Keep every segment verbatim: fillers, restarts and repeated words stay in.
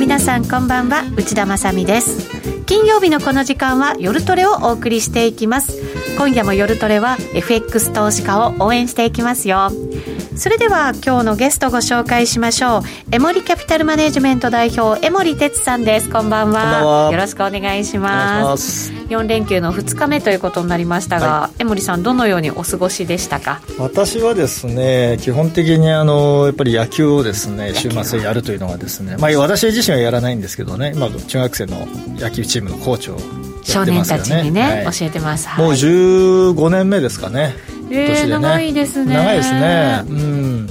皆さんこんばんは、内田まさみです。金曜日のこの時間は夜トレをお送りしていきます。今夜も夜トレは エフエックス 投資家を応援していきますよ。それでは今日のゲストご紹介しましょう。エモリキャピタルマネジメント代表江守哲さんです。こんばんは。 こんばんは。 よろしくお願いします。よん連休のふつかめということになりましたが、はい、江守さんどのようにお過ごしでしたか？ 私はですね、基本的にあのやっぱり野球をですね週末やるというのがですね、まあ、私自身はやらないんですけどね、今中学生の野球チームのコーチをやってますよね。 少年たちにね、はい、教えてます、はい、 もうじゅうごねんめですかね。 えー、年でね、長いですね。 長いですね。うん。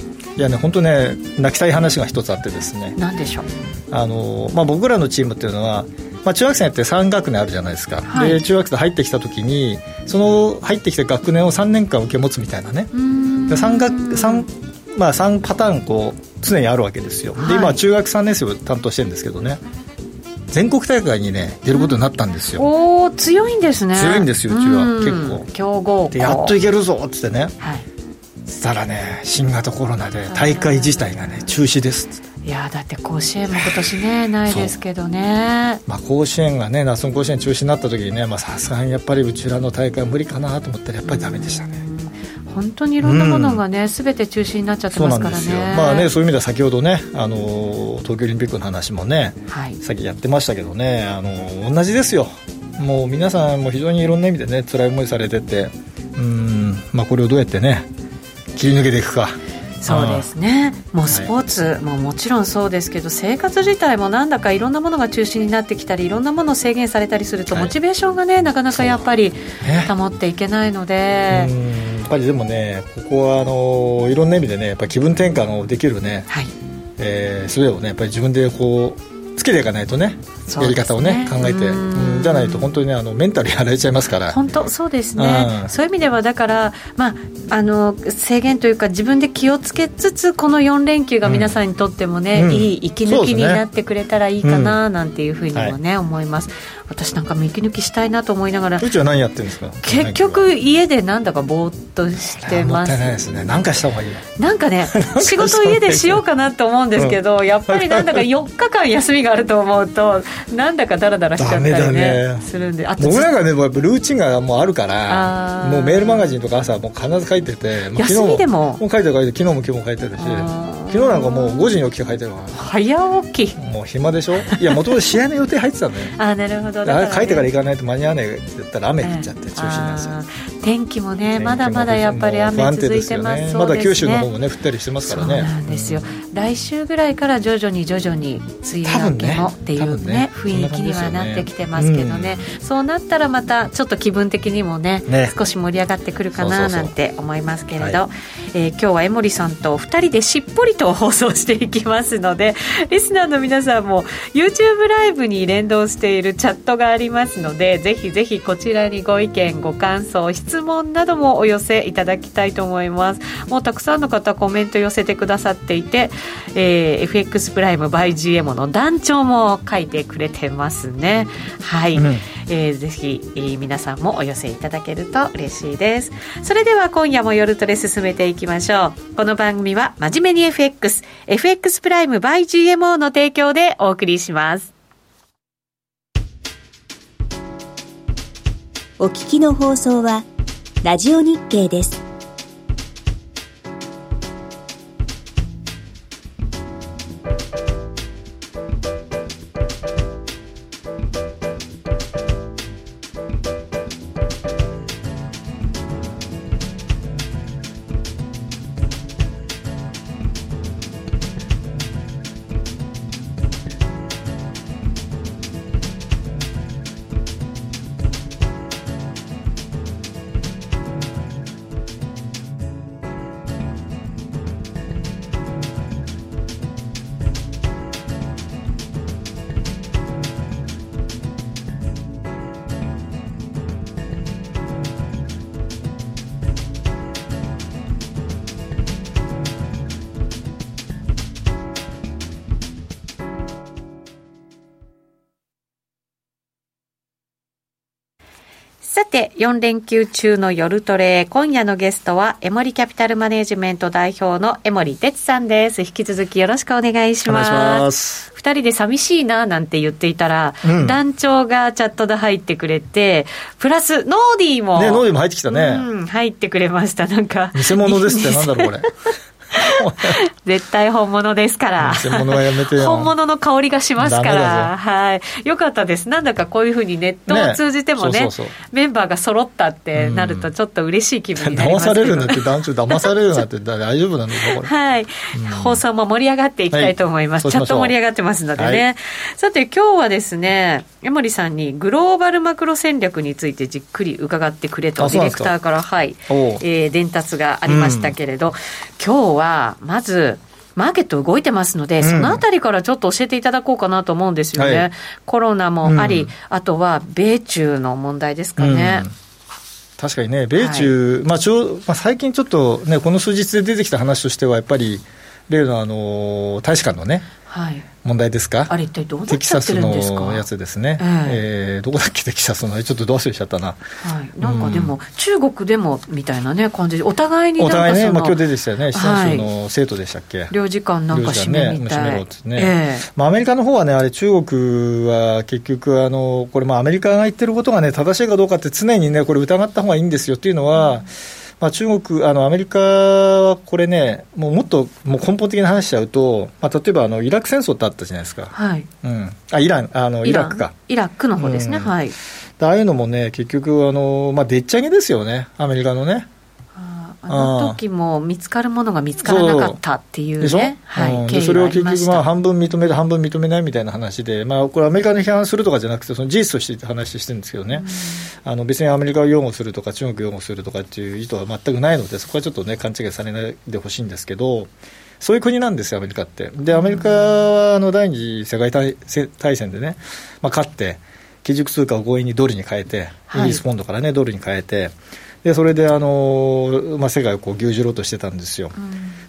いやね、本当ね、泣きたい話が一つあってですね。 何でしょう。 あの、まあ、僕らのチームっていうのは、まあ、中学生ってさん学年あるじゃないですか、はい、で中学生入ってきた時にその入ってきた学年をさんねんかん受け持つみたいなね。で 3, 学 3, まあ、さんパターンこう常にあるわけですよ。で今中学さんねん生を担当してるんですけどね、全国大会にね出ることになったんですよ。 おー、強いんですね。 強いんですよ、うちは結構強豪校でやっといけるぞっつってね、 はい、 そしたらね新型コロナで大会自体がね中止ですっつって。 いやだって甲子園も今年ねないですけどね、 まあ、甲子園がね夏の甲子園中止になった時にね、さすがにやっぱりうちらの大会は無理かなと思ったらやっぱりダメでしたね。 本当にいろんなものがね、うん、全て中止になっちゃってますからね。 そうなんですよ。まあね、そういう意味では先ほどね、あの東京オリンピックの話もね、はい、さっきやってましたけどね、あの同じですよ。もう皆さんも非常にいろんな意味でね辛い思いされてて、うん、まあ、これをどうやってね切り抜けていくか。 そうですね。もうスポーツ、はい、ももちろんそうですけど、生活自体もなんだかいろんなものが中止になってきたり、いろんなものを制限されたりすると、はい、モチベーションがねなかなかやっぱり保っていけないので、ね、 うんやっぱりでもね、ここはあのいろんな意味でねやっぱ気分転換をできるね、はい、えー、それをねやっぱり自分でこうつけていかないとね、やり方をね考えて、うん、じゃないと本当にねあのメンタルやられちゃいますから。 本当そうですね、うん、そういう意味ではだから、まあ、あの制限というか自分で気をつけつつこのよん連休が皆さんにとってもね、うん、いい息抜きになってくれたらいいかななんていうふうにもね、うん、思います。私なんかも息抜きしたいなと思いながら、 うちは何やってるんですか？ 結局家でなんだかぼーっとしてます。 もったいないですね。なんかした方がいい。 なんかね仕事家でしようかなと思うんですけど、うん、やっぱりなんだかよっかかん休みがあると思うとなんだかダラダラしちゃったり ね, ねするんで、あと僕なんかねもうやっぱルーチンがもうあるから、もうメールマガジンとか朝もう必ず書いてて、 休みでももう書いてる書いてる、昨日も今日も書いてるし、昨日なんかもうごじに起きて書いてるから。 早起き。 もう暇でしょ。いやもともと試合の予定入ってたんだよあ、なるほど。だから、ね、書いてから行かないと間に合わないって言ったら雨降っちゃって中止なんですよ。 天気もねまだまだやっぱり雨続いてます。 ね、まだ九州の方もね降ったりしてますからね。 そうなんですよ、うん、来週ぐらいから徐々に徐々に梅雨明けもっていう ね, ね雰囲気にはなってきてますけどね、うん、そうなったらまたちょっと気分的にも ね, ね少し盛り上がってくるかななんて思いますけれど、そうそうそう、えー、今日は江守さんとふたりでしっぽりと放送していきますので、リスナーの皆さんも YouTube ライブに連動しているチャットがありますので、ぜひぜひこちらにご意見ご感想質問などもお寄せいただきたいと思います。もうたくさんの方コメント寄せてくださっていて、えー、エフエックス プライム by ジーエム の団長も書いてくれてますね。はい、うん、えー、ぜひ、えー、皆さんもお寄せいただけると嬉しいです。それでは今夜も夜トレ進めていきましょう。この番組は真面目に エフエックス エフエックス プライム by ジーエムオー の提供でお送りします。 お聞きの放送はラジオ日経です。 さてよん連休中の夜トレ、今夜のゲストはエモリキャピタルマネジメント代表の江守哲さんです。引き続きよろしくお願いします。お願いします。ふたりで寂しいななんて言っていたら、うん、団長がチャットで入ってくれて、プラスノーディーも、 ね、ノーディーも入ってきたね、 うん、入ってくれました。なんか偽物ですってなんだろうこれ絶対本物ですから偽物はやめてよ本物の香りがしますから、はい、よかったです。なんだかこういうふうにネットを通じても ね, ねそうそうそうメンバーが揃ったってなるとちょっと嬉しい気分になりますけど、 騙されるなって団長騙されるなって大丈夫なのかこれはい、うん、放送も盛り上がっていきたいと思います、はい、チャット盛り上がってますのでね、はい、さて今日はですね江守さんにグローバルマクロ戦略についてじっくり伺ってくれとディレクターから、はいえー、伝達がありましたけれど、うん、今日はまずマーケット動いてますので、うん、そのあたりからちょっと教えていただこうかなと思うんですよね、はい、コロナもあり、うん、あとは米中の問題ですかね、うん、 確かにね米中、はいまあちょまあ、最近ちょっとねこの数日で出てきた話としてはやっぱり例のあの大使館のね、はい、問題ですか。 あれ一体どうなっちゃってるんですか。 テキサスのやつですね、えーえー、どこだっけテキサスのちょっとどう忘れちゃったな、はい、 なんかでも、うん、中国でもみたいな、ね、感じでお互いになんかそのお互いね、 まあ、今日出てきたよね四川省の生徒でしたっけ、はい、 領事館なんか閉めみたい、 ね、閉めろってね、えーまあ、アメリカの方はねあれ中国は結局あのこれまあアメリカが言ってることがね正しいかどうかって常にねこれ疑った方がいいんですよっていうのは、うんまあ、中国あのアメリカはこれねもうもっともう根本的な話しちゃうと、まあ、例えばあのイラク戦争ってあったじゃないですか、はいうん、あイランあのイラクかイラクの方ですね、うん、はいああいうのもね結局あの、まあ、でっち上げですよねアメリカのね。 あの時も見つかるものが見つからなかったっていうねでしょ、 はいうん、でそれを結局まあ半分認める半分認めないみたいな話で、まあ、これアメリカに批判するとかじゃなくてその事実として話してるんですけどね、うん、あの別にアメリカを擁護するとか中国を擁護するとかっていう意図は全くないのでそこはちょっとね勘違いされないでほしいんですけどそういう国なんですよアメリカって。でアメリカはあの第二次世界大戦でね、まあ、勝って基軸通貨を強引にドルに変えて、はい、イギリスポンドからねドルに変えてでそれであの、まあ、世界をこう牛耳ろうとしてたんですよ、うん、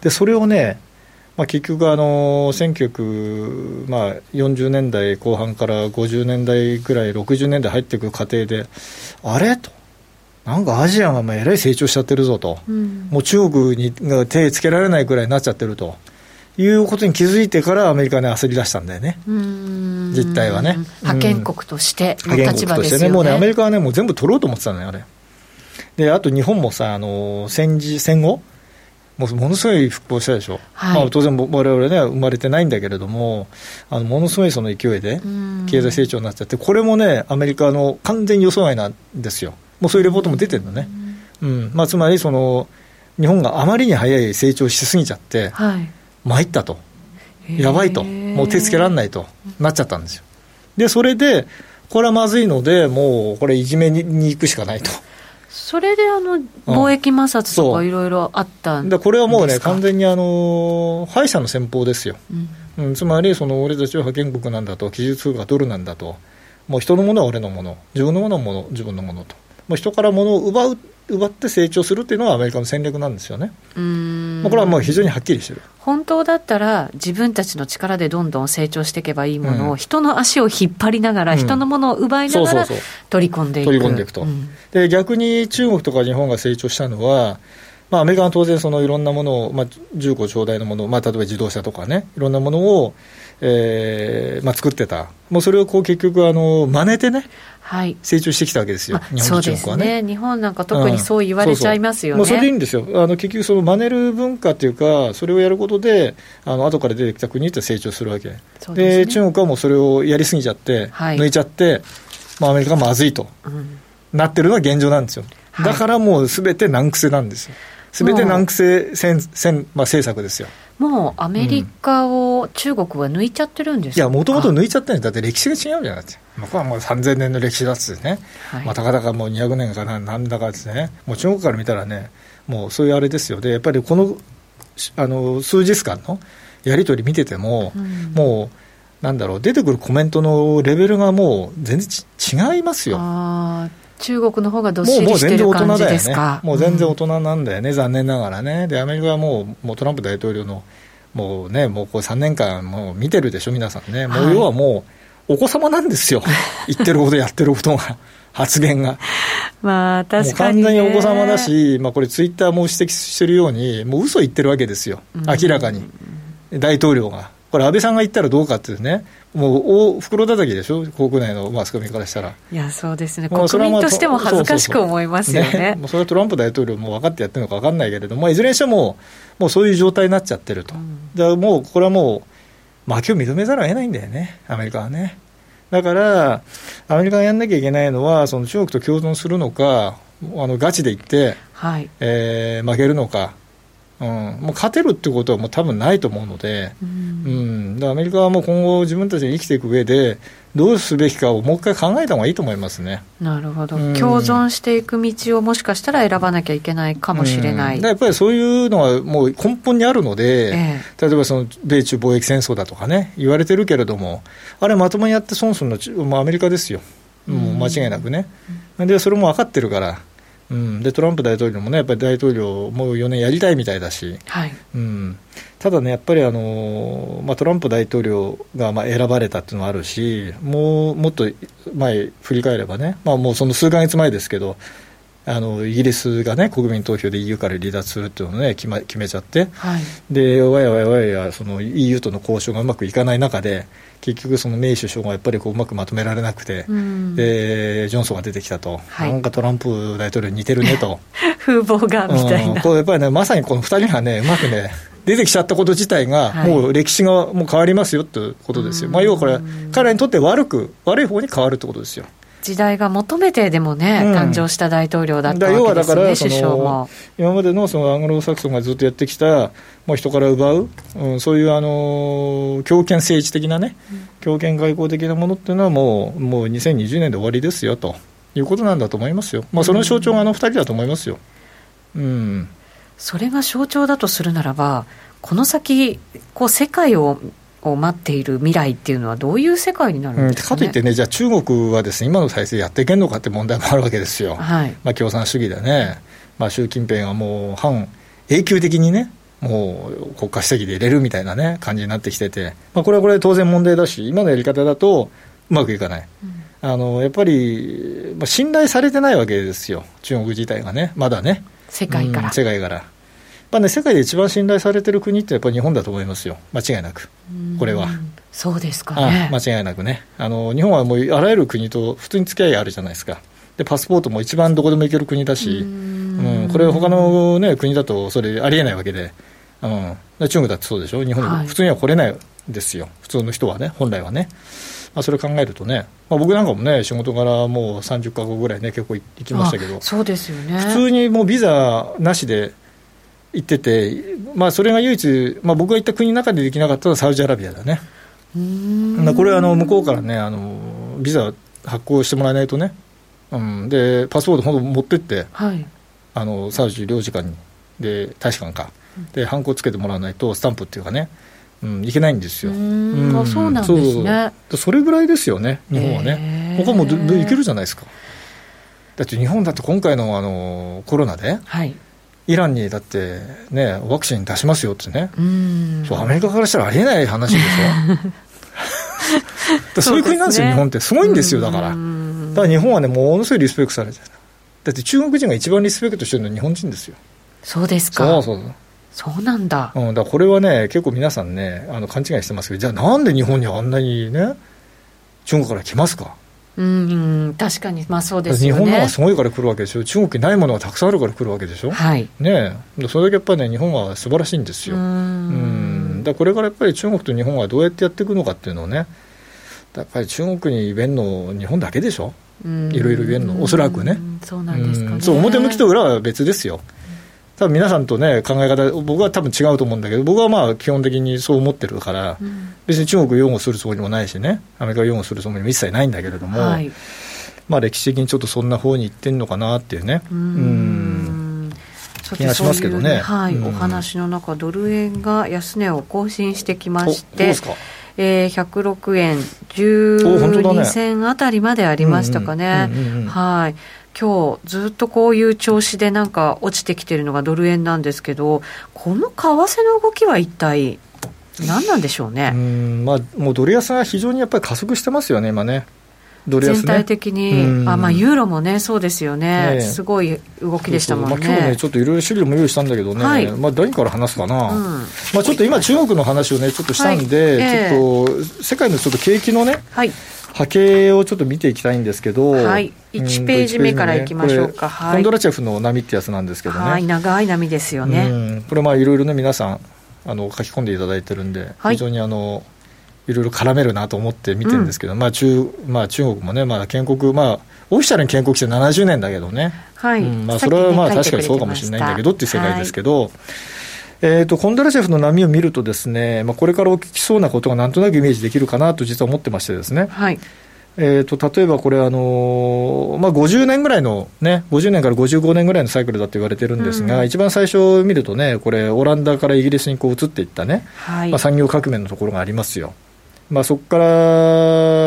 でそれをね、まあ、結局あのせんきゅうひゃくよんじゅうねんだいこう半からごじゅうねんだいくらいろくじゅうねんだい入っていく過程であれとなんかアジアがまあえらい成長しちゃってるぞと、うん、もう中国にが手つけられないくらいになっちゃってるということに気づいてからアメリカに焦り出したんだよね。うーん実態はね覇権国としての立場ですよね。 もうねアメリカはねもう全部取ろうと思ってたのよあれで。あと日本もさあの戦時戦後もうものすごい復興したでしょ、はいまあ、当然我々ね生まれてないんだけれどもあのものすごいその勢いで経済成長になっちゃってこれもねアメリカの完全に予想外なんですよ。もうそういうレポートも出てるのね、うんまあ、つまりその日本があまりに早い成長しすぎちゃって、はい、参ったとやばいともう手つけられないとなっちゃったんですよ。でそれでこれはまずいのでもうこれいじめに行くしかないと。 それであの貿易摩擦とかいろいろあったんですか。 でこれはもうね完全にあの敗者の戦法ですよ、うんうん、つまりその俺たちは覇権国なんだと基準通貨ドルなんだともう人のものは俺のもの自分のものはもの自分のものともう人から物を奪う奪って成長するっていうのがアメリカの戦略なんですよね。うーん、まあ、これはもう非常にはっきりしてる。 本当だったら自分たちの力でどんどん成長していけばいいものを、うん、人の足を引っ張りながら、うん、人のものを奪いながら取り込んでいく取り込んでいくと、うん、で逆に中国とか日本が成長したのは、まあ、アメリカは当然そのいろんなものを、まあ、重工長大のものを、まあ、例えば自動車とかねいろんなものを、えーまあ、作ってたもうそれをこう結局あの真似てねはい、成長してきたわけですよ、 まあ、日本と中国はね。そうですね日本なんか特にそう言われちゃいますよね、 うん、そうそうもうそれでいいんですよあの結局その真似る文化というかそれをやることであの後から出てきた国って成長するわけ で,、ね、で中国はもうそれをやりすぎちゃって、はい、抜いちゃって、まあ、アメリカがまずいと、うん、なってるのが現状なんですよ。だからもうすべて難癖なんですよ。すべて難癖戦、まあ、政策ですよ。 もうアメリカを中国は抜いちゃってるんですか。 いやもともと抜いちゃってるんだって歴史が違うじゃないですか。これはもうさんぜんねんの歴史だっつってね、はいまあ、たかだかもうにひゃくねんかななんだかですねもう中国から見たらねもうそういうあれですよ。でやっぱりこの、あの数日間のやり取り見てても、うん、もうなんだろう出てくるコメントのレベルがもう全然違いますよ。 あ中国の方がどっしりしてる感じですか。 もう全然大人なんだよね、うん、残念ながらね。でアメリカはもう、もうトランプ大統領のもうねもうこうさんねんかんもう見てるでしょ皆さんね。もう要はもうお子様なんですよ言ってることやってることが発言がまあ確かに、ね、 もう完全にお子様だし、まあ、これツイッターも指摘してるようにもう嘘言ってるわけですよ、明らかに、うん、大統領がこれ安倍さんが言ったらどうかっていうね、もう大袋叩きでしょ、国内のマスコミからしたら。 いやそうですね、国民としても恥ずかしく思いますよね。 そうそうそうね、もうそれはトランプ大統領も分かってやってるのか分かんないけれども、いずれにしてももうそういう状態になっちゃってると、うん、だからもうこれはもう負けを認めざるを得ないんだよね、アメリカはね。だからアメリカがやんなきゃいけないのは、その中国と共存するのか、あのガチでいって、はい、えー、負けるのか、うん、もう勝てるってことはもう多分ないと思うので、うんうん、でアメリカはもう今後自分たちが生きていく上でどうすべきかをもう一回考えた方がいいと思いますね。なるほど、うん、 共存していく道をもしかしたら選ばなきゃいけないかもしれない、 うん、やっぱりそういうのはもう根本にあるので、ええ、例えばその米中貿易戦争だとかね言われてるけれども、あれまともにやって損するのはもうアメリカですよ、もう間違いなくね、うん、でそれも分かってるからうん、でトランプ大統領もねやっぱり大統領もうよねんやりたいみたいだし、はいうん、ただねやっぱりあの、まあ、トランプ大統領がまあ選ばれたっていうのはあるし、もうもっと前振り返ればね、まあ、もうその数ヶ月前ですけど、あのイギリスがね国民投票で イーユー から離脱するっていうのをね決め、決めちゃって、はい、でわやわやわやその イーユー との交渉がうまくいかない中で結局そのメイ首相がやっぱりこううまくまとめられなくて、うん、でジョンソンが出てきたと、はい、なんかトランプ大統領に似てるねと風貌がみたいな、 うん、こうやっぱりねまさにこのふたりがねうまくね出てきちゃったこと自体が、はい、もう歴史がもう変わりますよということですよ、まあ、要はこれ彼にとって悪く悪い方に変わるってことですよ。 時代が求めてでもね、うん、誕生した大統領だったわけですよね。要はだから首相も今まで の, そのアングロサクソンがずっとやってきたもう人から奪う、うん、そういうあの強権政治的なね、うん、強権外交的なものっていうのはもう、もうにせんにじゅうねんで終わりですよということなんだと思いますよ、まあ、その象徴があのふたりだと思いますよ、うん、 それが象徴だとするならばこの先こう世界をを待っている未来っていうのはどういう世界になるんですかね。 かといってね、じゃあ中国はですね今の体制やっていけるのかって問題もあるわけですよ、はいまあ、共産主義でね、まあ、習近平がもう反永久的にねもう国家主席で入れるみたいなね感じになってきてて、まあ、これはこれで当然問題だし、今のやり方だとうまくいかない、うん、あのやっぱり、まあ、信頼されてないわけですよ中国自体がね、まだね世界から、 うん、世界からまあね、世界で一番信頼されている国ってやっぱり日本だと思いますよ、間違いなく。これはそうですかね。 ああ間違いなくね、あの日本はもうあらゆる国と普通に付き合いあるじゃないですか。でパスポートも一番どこでも行ける国だし、うん、これ他の、ね、国だとそれありえないわけで、うん、中国だってそうでしょ、日本に普通には来れないですよ、はい、普通の人はね本来はね、まあ、それを考えるとね、まあ、僕なんかもね仕事柄もうさんじゅっかこくぐらいね結構行きましたけど、 そうですよね、 普通にもうビザなしで行ってて、まあ、それが唯一、まあ、僕が行った国の中でできなかったのはサウジアラビアだね。うーんこれはあの向こうからねあのビザ発行してもらえないとね、うん、でパスポートほんと持ってって、はい、あのサウジ領事館にで大使館かでハンコつけてもらわないとスタンプっていうかね、うん、いけないんですよ。うーん、うん、そうなんですね。 そうそれぐらいですよね日本はね、他もいけるじゃないですか。だって日本だって今回 の, あのコロナで、はいイランにだって、ね、ワクチン出しますよってね、うんそうアメリカからしたらありえない話でしょそういう国なんですよ、ね、日本ってすごいんですよ。だからだから日本はねものすごいリスペクトされてる。だって中国人が一番リスペクトしてるのは日本人ですよ。 そうですか。 そうそうそうなんだ、 うん、だからこれはね結構皆さんねあの勘違いしてますけど、じゃあなんで日本にあんなにね中国から来ますか。 うん確かに、まあ、そうですよね。 日本のがすごいから来るわけでしょ。中国にないものがたくさんあるから来るわけでしょ、はいね、それだけやっぱりね日本は素晴らしいんですよ。うんうんだこれからやっぱり中国と日本はどうやってやっていくのかっていうのをね、やっぱり中国に言えんの日本だけでしょ。いろいろ言えんのおそらくね。 そうなんですかね。 そう表向きと裏は別ですよ。多分皆さんとね考え方僕は多分違うと思うんだけど、僕はまあ基本的にそう思ってるから、うん、別に中国を擁護するつもりもないしねアメリカを擁護するつもりも一切ないんだけれども、はいまあ、歴史的にちょっとそんな方に行ってんのかなっていうね、うーんうん気がしますけどね。 はい、うん、お話の中ドル円が安値を更新してきまして、えー、ひゃくろくえんじゅうに銭あたりまでありましたかね。はい。今日ずっとこういう調子でなんか落ちてきてるのがドル円なんですけど、この為替の動きは一体何なんでしょうね。 うん、まあ、もうドル安が非常にやっぱり加速してますよね今ね。 ドル安ね、 全体的に、あ、まあ、ユーロもねそうですよね、ねすごい動きでしたもんね。 そうそう、まあ、今日ねちょっといろいろ資料も用意したんだけどね、はい、まあ、何から話すかな、うん、まあ、ちょっと今中国の話をねちょっとしたんで、はい、えー、ちょっと世界のちょっと景気のね、はい、波形をちょっと見ていきたいんですけど、 はい、いちページ目からいきましょうか、 はい、コンドラチェフの波ってやつなんですけどね、 はい、長い波ですよね、 うん、これまあいろいろね皆さんあの書き込んでいただいてるんで、はい、非常にあのいろいろ絡めるなと思って見てるんですけど、うん、まあ 中, まあ、中国もね、まあ、建国、まあ、オフィシャルに建国してななじゅうねんだけどね、はい、うん、まあ、それはまあ確かにそうかもしれないんだけどっていう世界ですけど、はい、えー、とコンドラチェフの波を見るとですね、まあ、これから起きそうなことがなんとなくイメージできるかなと実は思ってましてですね、はい、えー、と例えばこれ、あのーまあ、ごじゅうねんぐらいの、ね、ごじゅうねんからごじゅうごねんぐらいのサイクルだと言われてるんですが、うん、一番最初見るとね、これオランダからイギリスにこう移っていったね、はい、まあ、産業革命のところがありますよ。まあ、そこから、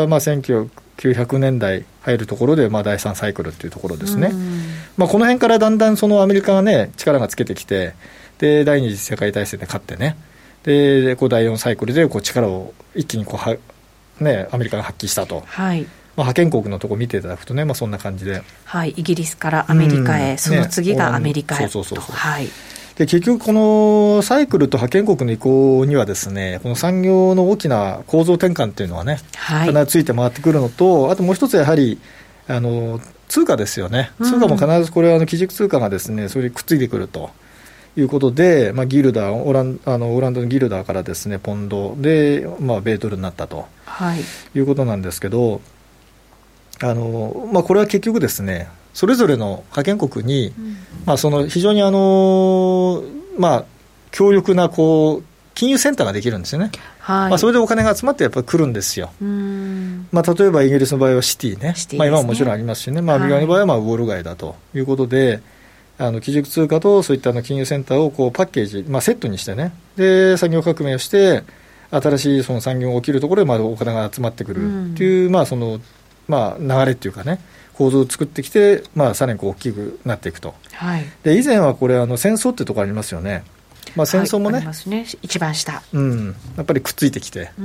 まあ、せんきゅうひゃくねんだい入るところで、まあ、だいさんサイクルっていうところですね、うん、まあ、この辺からだんだんそのアメリカがね力がつけてきて、で第二次世界大戦で勝ってね、でこうだいよんサイクルでこう力を一気にこうは、ね、アメリカが発揮したと、はい、まあ、覇権国のところ見ていただくとね、まあ、そんな感じで、 はい、イギリスからアメリカへ、うん、その次がアメリカへ、 ね、そうそうそうそう、はい、で結局このサイクルと覇権国の移行にはですね、この産業の大きな構造転換っていうのはね、はい、必ずついて回ってくるのと、あともう一つやはりあの通貨ですよね。通貨も必ずこれはあの基軸通貨がですねそれにくっついてくるということで、まあ、ギルダーオランあのオランダのギルダーからですねポンドで、まあ、米ドルになったと、はい、いうことなんですけど、あの、まあ、これは結局ですねそれぞれの覇権国に、うん、まあ、その非常にあの、まあ、強力なこう金融センターができるんですよね、はい、まあ、それでお金が集まってやっぱり来るんですよ。うん、まあ、例えばイギリスの場合はシティね、シティですね、まあ、今ももちろんありますしね、まあ、アメリカの場合はまあウォール街だということで、はい、あの基軸通貨とそういったあの金融センターをこうパッケージ、まあ、セットにしてね、で産業革命をして新しいその産業が起きるところでまだお金が集まってくるっていう、うん、まあそのまあ、流れっていうかね構造を作ってきて、まあ、さらにこう大きくなっていくと、はい、で以前はこれあの戦争ってところありますよね、まあ、戦争もね、 はい、ありますね、一番下、 うん、やっぱりくっついてきて、うん、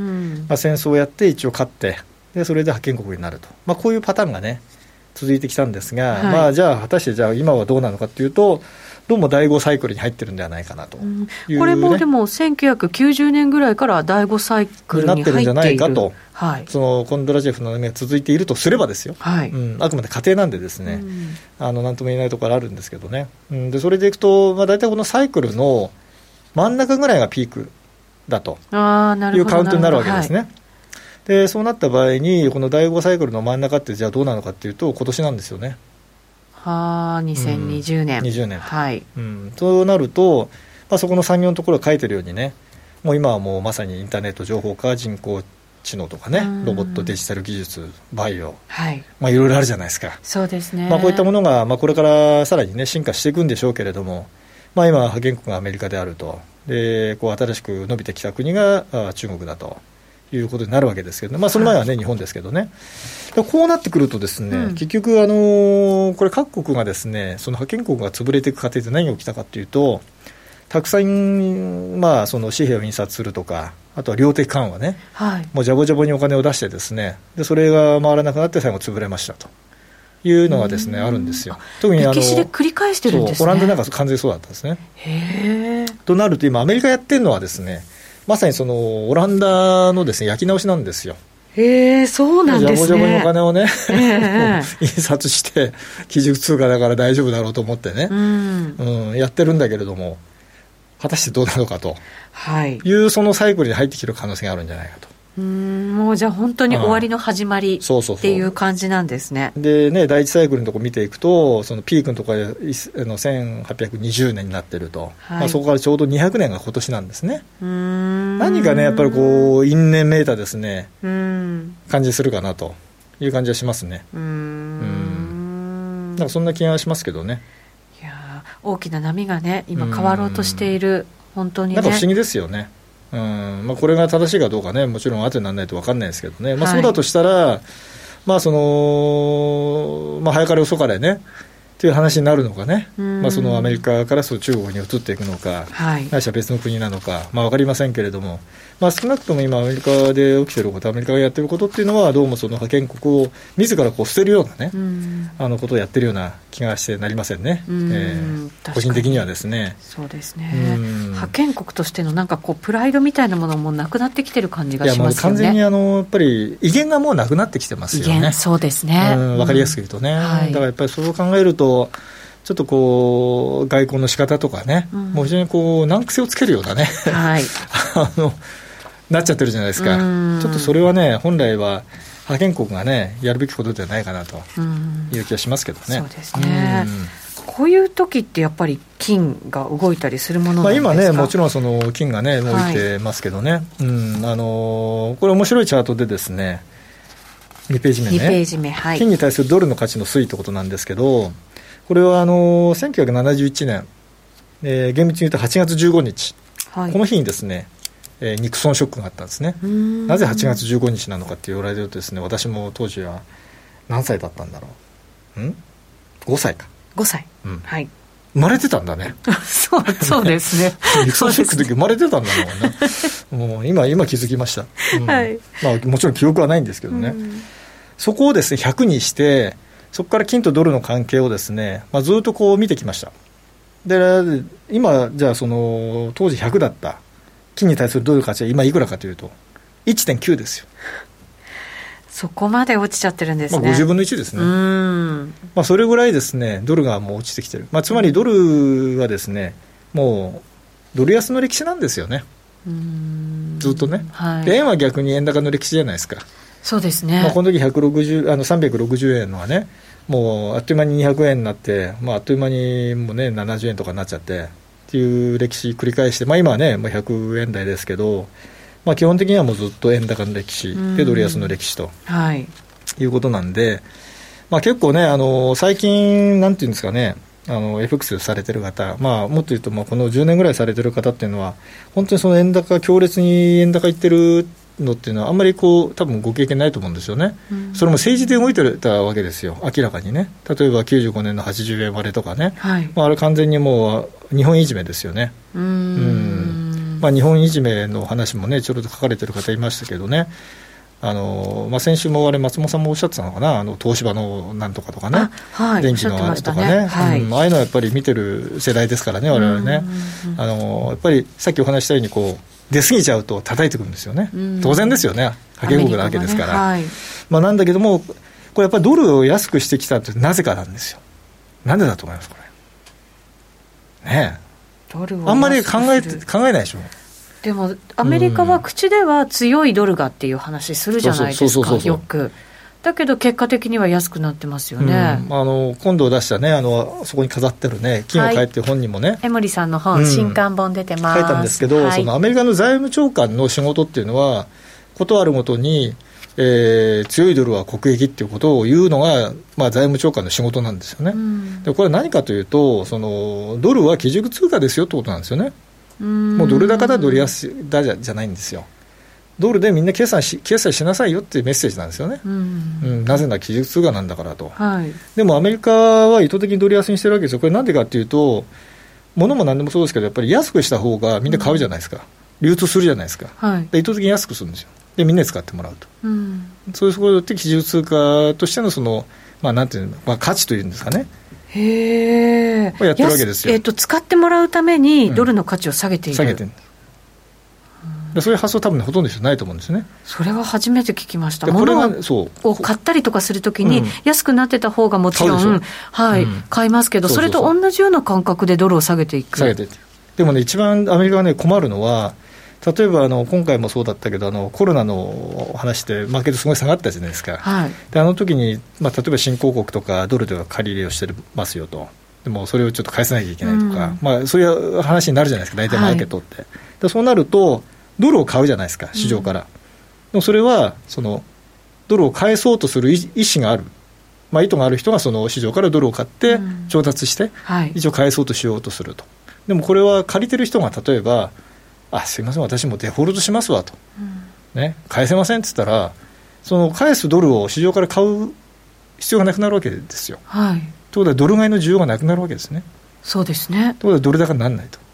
まあ、戦争をやって一応勝ってでそれで覇権国になると、まあ、こういうパターンがね続いてきたんですが、はい、まあ、じゃあ果たしてじゃあ今はどうなのかというとどうもだいごサイクルに入ってるんではないかなという、ね、うん、 これもでもせんきゅうひゃくきゅうじゅうねんぐらいからだいごサイクルに入っているなってるんじゃないかと、はい、そのコンドラチェフの波が続いているとすればですよ、はい、うん、あくまで仮定なんでですね、うん、あの何とも言えないところあるんですけどね、うん、でそれでいくと、まあ、大体このサイクルの真ん中ぐらいがピークだというカウントになるわけですね、はい、でそうなった場合にこのだいごサイクルの真ん中ってじゃあどうなのかっていうと今年なんですよね。 はあ、にせんにじゅうねん、 うん、にじゅうねん、はい、うん、となると、まあ、そこの産業のところが書いてるようにね、もう今はもうまさにインターネット情報化人工知能とかね、ロボットデジタル技術バイオ、はい、まあ、いろいろあるじゃないですか。 そうですね、 まあ、こういったものが、まあ、これからさらにね進化していくんでしょうけれども、まあ、今覇権国がアメリカであると、でこう新しく伸びてきた国が中国だということになるわけですけど、ね、まあ、その前は、ね、はい、日本ですけどね。こうなってくるとですね、うん、結局、あのー、これ各国がですねその覇権国が潰れていく過程で何が起きたかというと、たくさん、まあ、その紙幣を印刷するとか、あとは量的緩和ね、はい、もうジャボジャボにお金を出してですね、でそれが回らなくなって最後潰れましたというのがですねあるんですよ。特にあの歴史で繰り返してるんですね。 オランダなんか完全にそうだったんですね。へー。となると今アメリカやってるのはですねまさにそのオランダのですね焼き直しなんですよ。 へー、そうなんですね。 ジャボジャボにお金をね、えー、印刷して基軸通貨だから大丈夫だろうと思ってね、うんうん、やってるんだけれども果たしてどうなのかというそのサイクルに入ってきてる可能性があるんじゃないかと。 うーん、もうじゃあ本当に終わりの始まりっていう感じなんですね。 そうそうそうでね、第一サイクルのところ見ていくとそのピークのところでのせんはっぴゃくにじゅうねんになってると、はい、まあ、そこからちょうどにひゃくねんが今年なんですね。うーん、何かねやっぱりこう因縁めいたですねうーん感じするかなという感じはしますね。うーん、うーん、なんかそんな気がしますけどね。 いや大きな波がね今変わろうとしている、本当にねなんか不思議ですよね。うん、まあ、これが正しいかどうかねもちろん後にならないと分かんないですけどね、まあ、そうだとしたら、はい、まあそのまあ、早かれ遅かれねという話になるのかね、まあ、そのアメリカからそう中国に移っていくのか、はい、ないしは別の国なのか、まあ、分かりませんけれども、 まあ、少なくとも今アメリカで起きていること、アメリカがやっていることっていうのはどうもその覇権国を自らこう捨てるようなね、うん、あのことをやっているような気がしてなりませんね、うんえー、個人的にはですね。 そうですね、うん、覇権国としてのなんかこうプライドみたいなものもなくなってきてる感じがしますよね。いやもう完全にあのやっぱり威厳がもうなくなってきてますよね。威厳、 そうですね、 うん、分かりやすく言うとね、うんはい、だからやっぱりそう考えるとちょっとこう外交の仕方とかね、うん、もう非常にこう難癖をつけるようなね、はい、あのなっちゃってるじゃないですか。ちょっとそれはね本来は覇権国がねやるべきことではないかなという気がしますけどね。 そうですね、うん、こういう時ってやっぱり金が動いたりするものなんですか。 まあ、今ねもちろんその金がね動いてますけどね、はいうんあのこれ面白いチャートでですねにページ目ね、にページ目、はい、金に対するドルの価値の推移ということなんですけど、これはあのせんきゅうひゃくななじゅういちねん、えー、厳密に言うとはちがつじゅうごにち、はい、この日にですねえー、ニクソンショックがあったんですね。なぜはちがつじゅうごにちなのかって言われるとですね、私も当時は何歳だったんだろう、んごさいかごさい、 うんはい、 生まれてたんだねそうそうですねニクソンショックの時生まれてたんだもんねもう 今, 今気づきました、うんはいまあ、もちろん記憶はないんですけどね、そこをですねひゃくにして、そこから金とドルの関係をですね、まあ、ずっとこう見てきました。で今じゃあその当時ひゃくだった金に対するドル価値は今いくらかというと いってんきゅう ですよ。 そこまで落ちちゃってるんですね。 まあ、ごじゅうぶんのいちですね。うん、まあ、それぐらいですねドルがもう落ちてきてる、まあ、つまりドルはですねもうドル安の歴史なんですよね。うーんずっとね、はい、で円は逆に円高の歴史じゃないですか。 そうですね、 まあ、この時ひゃくろくじゅうあのさんびゃくろくじゅうえんのはねもうあっという間ににひゃくえんになって、まあ、あっという間にもう、ね、ななじゅうえんとかになっちゃってっていう歴史繰り返して、まあ、今はねもうひゃくえん台ですけど、まあ、基本的にはもうずっと円高の歴史でドル安の歴史と、はい、いうことなんで、まあ、結構ねあの最近なんていうんですかねあの エフエックス されてる方、まあ、もっと言うとまあこのじゅうねんぐらいされてる方っていうのは本当にその円高強烈に円高いってるのっていうのはあんまりこう多分ご経験ないと思うんですよね、うん、それも政治で動いてたわけですよ明らかにね。例えばきゅうじゅうごねんのはちじゅうえん割れとかね、はいまあ、あれ完全にもう日本いじめですよね。うんうんまあ、日本いじめの話もねちょっと書かれてる方いましたけどね、あの、まあ、先週もあれ松本さんもおっしゃってたのかな、あの東芝のなんとかとかね、はい、電気のとかね、はい、うん、ああいうのはやっぱり見てる世代ですからね我々ね。あのやっぱりさっきお話したようにこう出過ぎちゃうと叩いてくるんですよね。当然ですよね、覇権国なわけですから、ねはいまあ、なんだけどもこれやっぱりドルを安くしてきたってなぜかなんですよ。なんでだと思いますこれねえ。ドルをあんまり考えて考えないでしょ。 でもアメリカは口では強いドルがっていう話するじゃないですかよく。だけど結果的には安くなってますよね、 うん、あの今度出したねあのそこに飾ってるね金を買えっていう本にもね、はい、 江森さんの本、うん、新刊本出てます。 書いたんですけど、はい、そのアメリカの財務長官の仕事っていうのはことあるごとに、えー、強いドルは国益っていうことを言うのが、まあ、財務長官の仕事なんですよね、うん、でこれは何かというとそのドルは基軸通貨ですよってことなんですよね。うんもうドル高だドル安だじ ゃ, じゃないんですよ。ドルでみんな決済 し, 決済しなさいよっていうメッセージなんですよね、うんうん、なぜなら基軸通貨なんだからと、はい、でもアメリカは意図的にドル安にしてるわけですよ。これなんでかっていうと物も何でもそうですけどやっぱり安くした方がみんな買うじゃないですか、うん、流通するじゃないですか、はい、で意図的に安くするんですよ。でみんなに使ってもらうと、うん、そういうところで基軸通貨としてのその、まあ、なんていうの、まあ、価値というんですかねへやってるわけですよ、 えー、と使ってもらうためにドルの価値を下げている、うん、下げてるでそういう発想多分、ね、ほとんどの人ないと思うんですね。 それは初めて聞きました。物を買ったりとかするときに、うん、安くなってた方がもちろん、はいうん、買いますけど、そうそうそう、それと同じような感覚でドルを下げていく。 下げていく。でもね一番アメリカが、ね、困るのは例えばあの今回もそうだったけどあのコロナの話でマーケットすごい下がったじゃないですか、はい、であの時に、まあ、例えば新興国とかドルでは借り入れをしてますよと。でもそれをちょっと返さなきゃいけないとか、うんまあ、そういう話になるじゃないですか大体マーケットって、はい、でそうなるとドルを買うじゃないですか市場から、うん、でもそれはそのドルを返そうとする意思がある、まあ、意図がある人がその市場からドルを買って調達して、うんはい、一応返そうとしようとすると。でもこれは借りてる人が例えばあすいません私もデフォルトしますわと、うんね、返せませんって言ったらその返すドルを市場から買う必要がなくなるわけですよ、はい、ということはドル買いの需要がなくなるわけですね。 そうですね。 ということはドル高にならないと。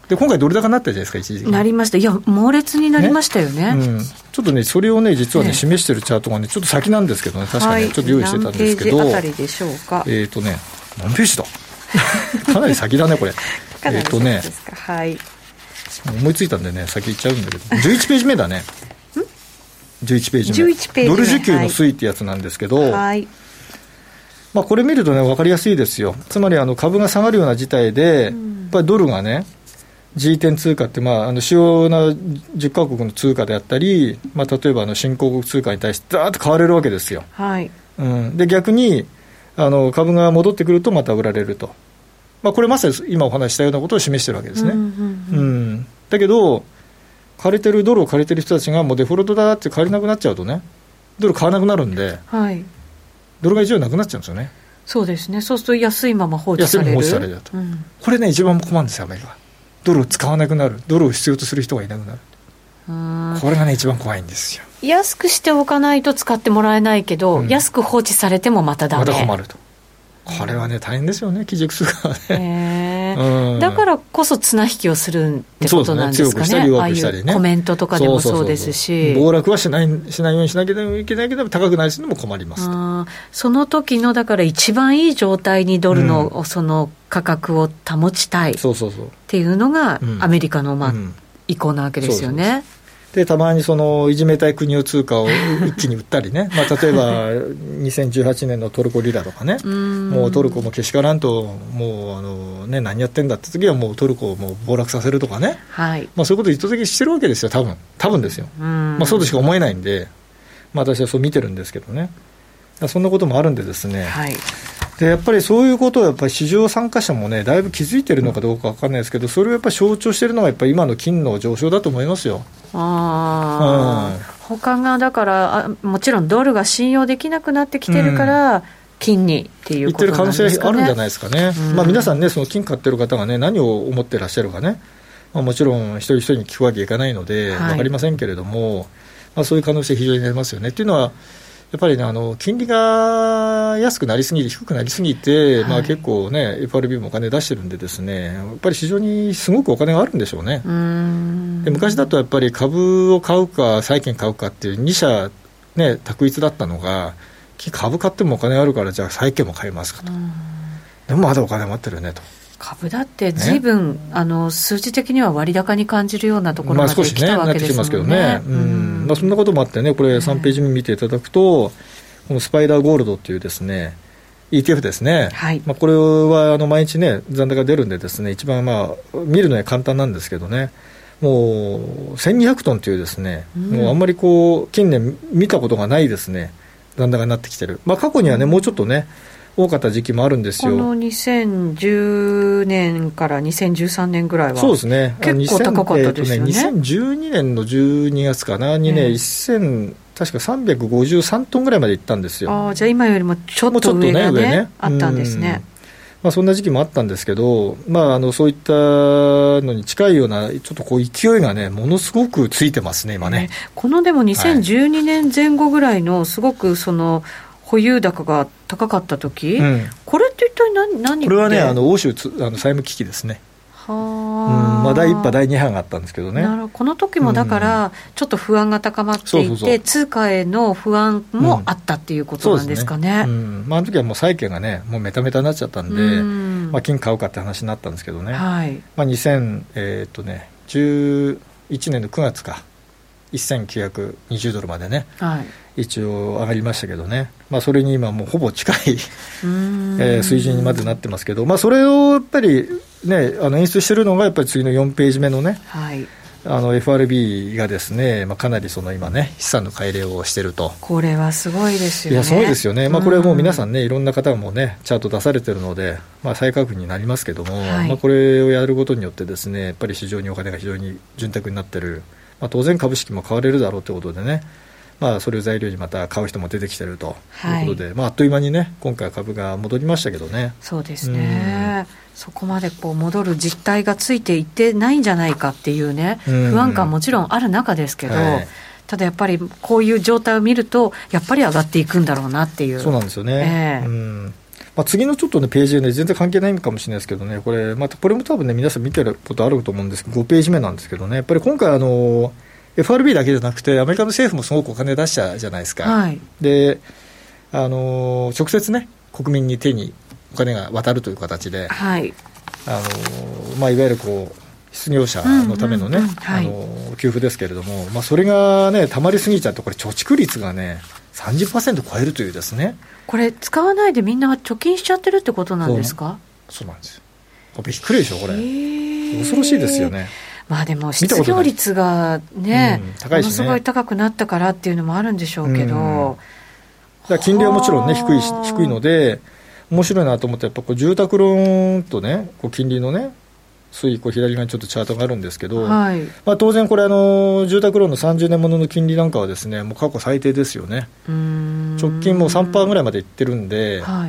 で今回ドル高になったじゃないですか、一時的になりました。いや猛烈になりましたよ ね, ね、 うん、ちょっとねそれをね実はね、ええ、示してるチャートがねちょっと先なんですけどね、確かに、ね、はい、ちょっと用意してたんですけど、 何ページあたりでしょうか。 えっ、ー、とね何ページだかなり先だねこれかなり先ですか、えーとね、はい、 思いついたんでね先行っちゃうんだけどじゅういちページ目だねじゅういちページ目じゅういちページ目ドル需給の推移ってやつなんですけど、 はい、 まあ、これ見るとね分かりやすいですよ。つまりあの株が下がるような事態で、うん、やっぱりドルがね ジーテン 通貨って、まあ、あの主要なじゅっカ国の通貨であったり、まあ、例えばあの新興国通貨に対してザーッと買われるわけですよ、 はい、 うん、で逆にあの株が戻ってくるとまた売られると、まあ、これまさに今お話ししたようなことを示してるわけですね、うんうんうんうん、だけど借りてるドルを借りてる人たちがもうデフォルトだって借りなくなっちゃうとねドル買わなくなるんで、 はい、 ドルが一応なくなっちゃうんですよね。 そうですね。そうすると安いまま放置される、 安いまま放置されると、うん、これね一番困るんですよアメリカ。ドルを使わなくなる、ドルを必要とする人がいなくなる、うんこれがね一番怖いんですよ。 安くしておかないと使ってもらえないけど、うん、安く放置されてもまたダメ、 また困ると。これはね大変ですよね基軸通貨はね、 うん、だからこそ綱引きをするってことなんですかね。 そうですね、強くしたり弱くしたりね、 ああいうコメントとかでもそうですし、 暴落はしない、しないようにしなきゃいけないけど高くなりするのも困りますと。 その時のだから一番いい状態にドルの、うん、その価格を保ちたいっていうのがアメリカの、まあうん、意向なわけですよね。そうそうそう。 でたまにそのいじめたい国の通貨を一気に売ったりねまあ例えばにせんじゅうはちねんのトルコリラとかねもうトルコもけしからんともうあの、ね、何やってんだって時はもうトルコをもう暴落させるとかね、 はいまあ、そういうことを意図的にしてるわけですよ多分多分ですよ、まあ、そうとしか思えないんで、まあ、私はそう見てるんですけどね。そんなこともあるんでですね、 はいでやっぱりそういうことをやっぱり市場参加者もねだいぶ気づいてるのかどうか分からないですけど、それをやっぱり象徴しているのがやっぱり今の金の上昇だと思いますよ。 あ、うん、他がだからあもちろんドルが信用できなくなってきてるから、うん、金にっていうことなんですかね。言ってる可能性あるんじゃないですかね、うんまあ、皆さんねその金買ってる方がね何を思ってらっしゃるかね、まあ、もちろん一人一人に聞くわけいかないので分かりませんけれども、はいまあ、そういう可能性非常にありますよね。っていうのはやっぱりねあの金利が安くなりすぎて低くなりすぎて、はいまあ、結構ね エフアールビー もお金出してるんでですねやっぱり市場にすごくお金があるんでしょうね。 うーんで昔だとやっぱり株を買うか債券買うかっていうに社、ね、択一だったのが株買ってもお金あるからじゃあ債券も買いますかと。でもまだお金持ってるねと。 株だって随分、ね、あの数字的には割高に感じるようなところまで来たわけですもんね。まあ、少しねなってきますけどね、うんまあ、そんなこともあってねこれさんページ目見ていただくと、このスパイダーゴールドっていうですね イーティーエフ ですね、 はいまあ、これはあの毎日ね残高が出るんでですね一番まあ見るのは簡単なんですけどねもうせんにひゃくトンというですね、うん、もうあんまりこう近年見たことがないですね残高になってきてる、まあ、過去にはねもうちょっとね多かった時期もあるんですよ。 このにせんじゅうねんからにせんじゅうさんねんぐらいはそうですね結構高かったですよね。 にせんじゅうにねんのじゅうにがつかなにね、えー、せん確かさんびゃくごじゅうさんトンぐらいまで行ったんですよ。 あじゃあ今よりもちょっと上が ね, ね, ねあったんですね。 まあ、そんな時期もあったんですけど、まあ、あのそういったのに近いようなちょっとこう勢いがねものすごくついてますね今ね。 このでもにせんじゅうにねんぜん後ぐらいのすごくその保有高が高かった時、うん、これって一体 何, 何これはねあの欧州つあの債務危機ですね。 はうんまあ、だいいっ波だいに波があったんですけどね。 なるほどこの時もだからちょっと不安が高まっていて、うん、そうそうそう通貨への不安もあったっていうことなんですかね。 うんうんまあ、あの時はもう債券がねもうメタメタになっちゃったんで、うんまあ、金買うかって話になったんですけどね、 はいまあ、にせんじゅういちねんのくがつかせんきゅうひゃくにじゅうドルまでね、 はい、 一応上がりましたけどね、まあ、それに今もうほぼ近いえー、水準にまでなってますけど、まあ、それをやっぱり、ね、あの演出しているのがやっぱり次のよんページ目のね、 はい、 あの エフアールビー がですね、まあ、かなりその今ね資産の改良をしていると。 これはすごいですよね。 いやそうですよね、まあ、これはもう皆さんねいろんな方もねチャート出されているので、まあ、再確認になりますけども、はいまあ、これをやることによってですねやっぱり市場にお金が非常に潤沢になっている。まあ、当然株式も買われるだろうということでね、まあ、それを材料にまた買う人も出てきているということで、はいまあ、あっという間にね今回株が戻りましたけどね。 そうですね、そこまでこう戻る実態がついていってないんじゃないかっていうね不安感もちろんある中ですけど、はい、ただやっぱりこういう状態を見るとやっぱり上がっていくんだろうなっていう。 そうなんですよね、えーうんまあ、次のちょっと、ね、ページで、ね、全然関係ないかもしれないですけどね、これ、またこれも多分ね、皆さん見てることあると思うんですけど、ごページ目なんですけどね、やっぱり今回あの、エフアールビー だけじゃなくて、アメリカの政府もすごくお金出したじゃないですか、 はい、 であの直接ね、国民に手にお金が渡るという形で、 はい、 あのまあ、いわゆるこう失業者のためのね、給付ですけれども、まあ、それがね、たまりすぎちゃって、これ、貯蓄率がね、さんじゅっパーセント 超えるというですね。 これ、使わないでみんな貯金しちゃってるってことなんですか？ そうなんですよ。これびっくりでしょ、これ。恐ろしいですよね。 まあ、でも失業率がね、 うん、高いしね、 ものすごい高くなったからっていうのもあるんでしょうけど、うん、 だから金利はもちろんね、低い低いので、面白いなと思って、やっぱこう住宅ローンとね、こう金利のね、推移、こう左側にちょっとチャートがあるんですけど、はい、まあ、当然これあの住宅ローンのさんじゅうねんものの金利なんかはですね、もう過去最低ですよね。うーん、直近もう さんパーセント ぐらいまでいってるんで、はい、うん、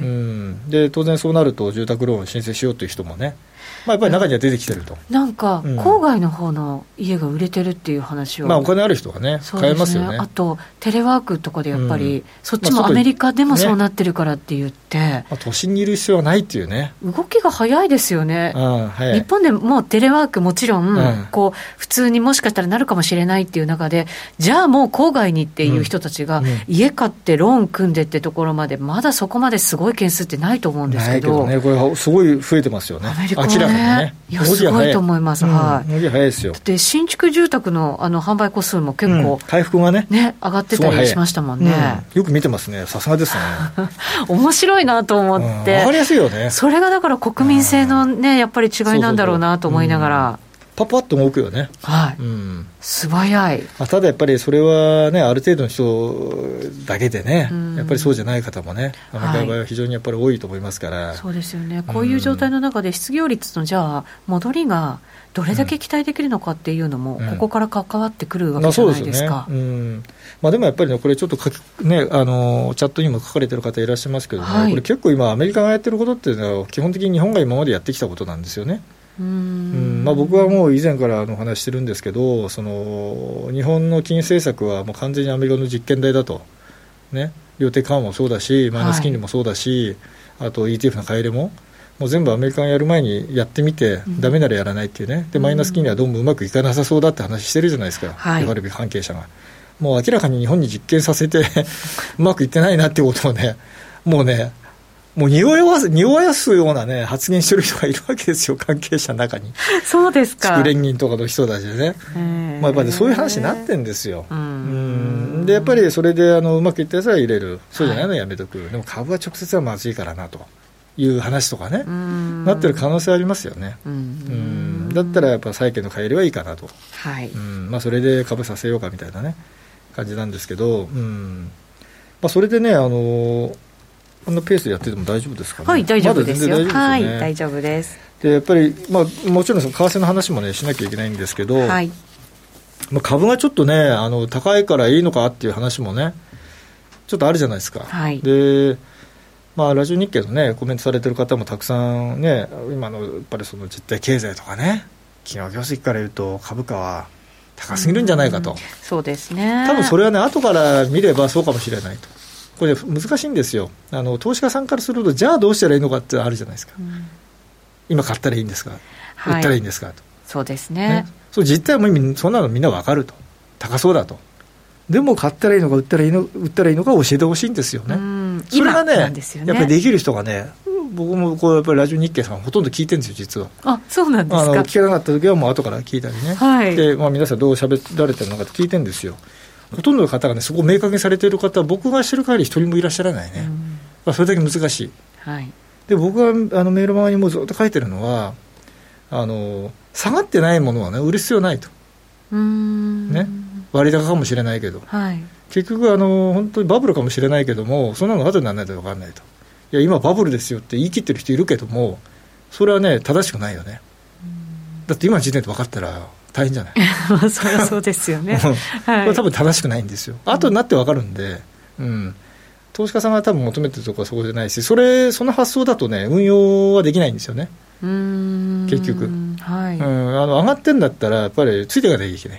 で当然そうなると住宅ローン申請しようという人もね、まあ、やっぱり中には出てきてると。 なんか郊外の方の家が売れてるっていう話を、 うん、まあ、お金ある人はね、買えますよね。 あとテレワークとかでやっぱり、うん、そっちもアメリカでもそうなってるからって言って、ね、 まあ、都心にいる必要はないっていうね、 動きが早いですよね。 あ、早い。 日本でもうテレワークもちろん、うん、こう普通にもしかしたらなるかもしれないっていう中で、じゃあもう郊外にっていう人たちが、うんうん、家買ってローン組んでってところまでまだそこまですごい件数ってないと思うんですけど、 ないけどね、これすごい増えてますよね、 アメリカはね、 明らかにね。 いやすごいと思います、うん、はい、 動き早いですよ。 で新築住宅 の, あの販売個数も結構、うん、 回復が ね, ね上がってたりしましたもんね、 うん、よく見てますね、さすがですね面白いなと思って、 うん、分かりやすいよね。 それがだから国民性のね、やっぱり違いなんだろうなと思いながら、 パパッと動くよね、 はい、うん、素早い、 まあ、ただやっぱりそれはね、ある程度の人だけでね、うん、やっぱりそうじゃない方もね、アメリカの場合は非常にやっぱり多いと思いますから、はい、 そうですよね。こういう状態の中で失業率のじゃあ戻りがどれだけ期待できるのかっていうのも、ここから関わってくるわけじゃないですか。 うん、まあ、そうですよね。うん、まあ、でもやっぱりね、これちょっと書き、ね、あのチャットにも書かれてる方いらっしゃいますけどね、はい、これ結構今アメリカがやってることっていうのは基本的に日本が今までやってきたことなんですよね。うーん、うん、まあ、僕はもう以前からの話してるんですけど、その日本の金融政策はもう完全にアメリカの実験台だと、ね、量的緩和もそうだし、マイナス金利もそうだし、はい、あと イーティーエフ の買い入れももう全部アメリカがやる前にやってみて、うん、ダメならやらないっていうね。でマイナス金利はどうもうまくいかなさそうだって話してるじゃないですか、はい、エフアールビー 関係者が。もう明らかに日本に実験させてうまくいってないなっていうことをね、もうね、もう匂わす、匂わすようなね発言してる人がいるわけですよ、関係者の中に。 そうですか。 地区連銀とかの人たちでね、まあ、やっぱりそういう話になってんですよ。うんうんでやっぱりそれであのうまくいったやつは入れる、そうじゃないのはやめとく、はい、でも株は直接はまずいからなという話とかね、なってる可能性ありますよね。うんうんだったらやっぱ債券の買い入れはいいかなと、はい、うんまあ、それで株させようかみたいなね感じなんですけど、うんまあ、それでね、あのこんなペースでやってても大丈夫ですかね。 はい、大丈夫ですよ。 まだ全然大丈夫ですよね。 はい、大丈夫です。 でやっぱり、まあ、もちろんその為替の話もねしなきゃいけないんですけど、はい、まあ、株がちょっとねあの高いからいいのかっていう話もねちょっとあるじゃないですか。はい、でまあ、ラジオ日経の、ね、コメントされてる方もたくさん、ね、今のやっぱりその実体経済とかね、企業業績から言うと株価は高すぎるんじゃないかと。 そうですね。 多分それはね後から見ればそうかもしれないと。これ難しいんですよ。あの投資家さんからするとじゃあどうしたらいいのかってあるじゃないですか、うん、今買ったらいいんですか、はい、売ったらいいんですかと。 そうですね。 ね、そう実態はもうそんなのみんな分かると、高そうだと。でも買ったらいいのか売ったらいいの売ったらいいのか教えてほしいんですよね。うんそれが ね, ねやっぱりできる人がね、僕もこうやっぱりラジオ日経さんほとんど聞いてるんですよ実は。 あ、そうなんですか。 あの聞けなかった時はもう後から聞いたりね、はいでまあ、皆さんどう喋られてるのかって聞いてるんですよ。ほとんどの方がねそこを明確にされている方は僕が知る限り一人もいらっしゃらないね、うんまあ、それだけ難しい、はい、で僕があのメール側にもずっと書いてるのはあの下がってないものはね売る必要ないと。うーん、ね、割高かもしれないけど、はい、結局あの本当にバブルかもしれないけどもそんなの後にならないと分かんないと。いや今バブルですよって言い切ってる人いるけどもそれはね正しくないよね。だって今の時点で分かったら大変じゃないそりゃそうですよね、はい、 これ多分正しくないんですよ。後になって分かるんで、うん、投資家さんが多分求めてるところはそこじゃないし、それその発想だとね運用はできないんですよね。うーん結局、はい、うん、あの上がってんだったらやっぱりついていかなきゃいけない。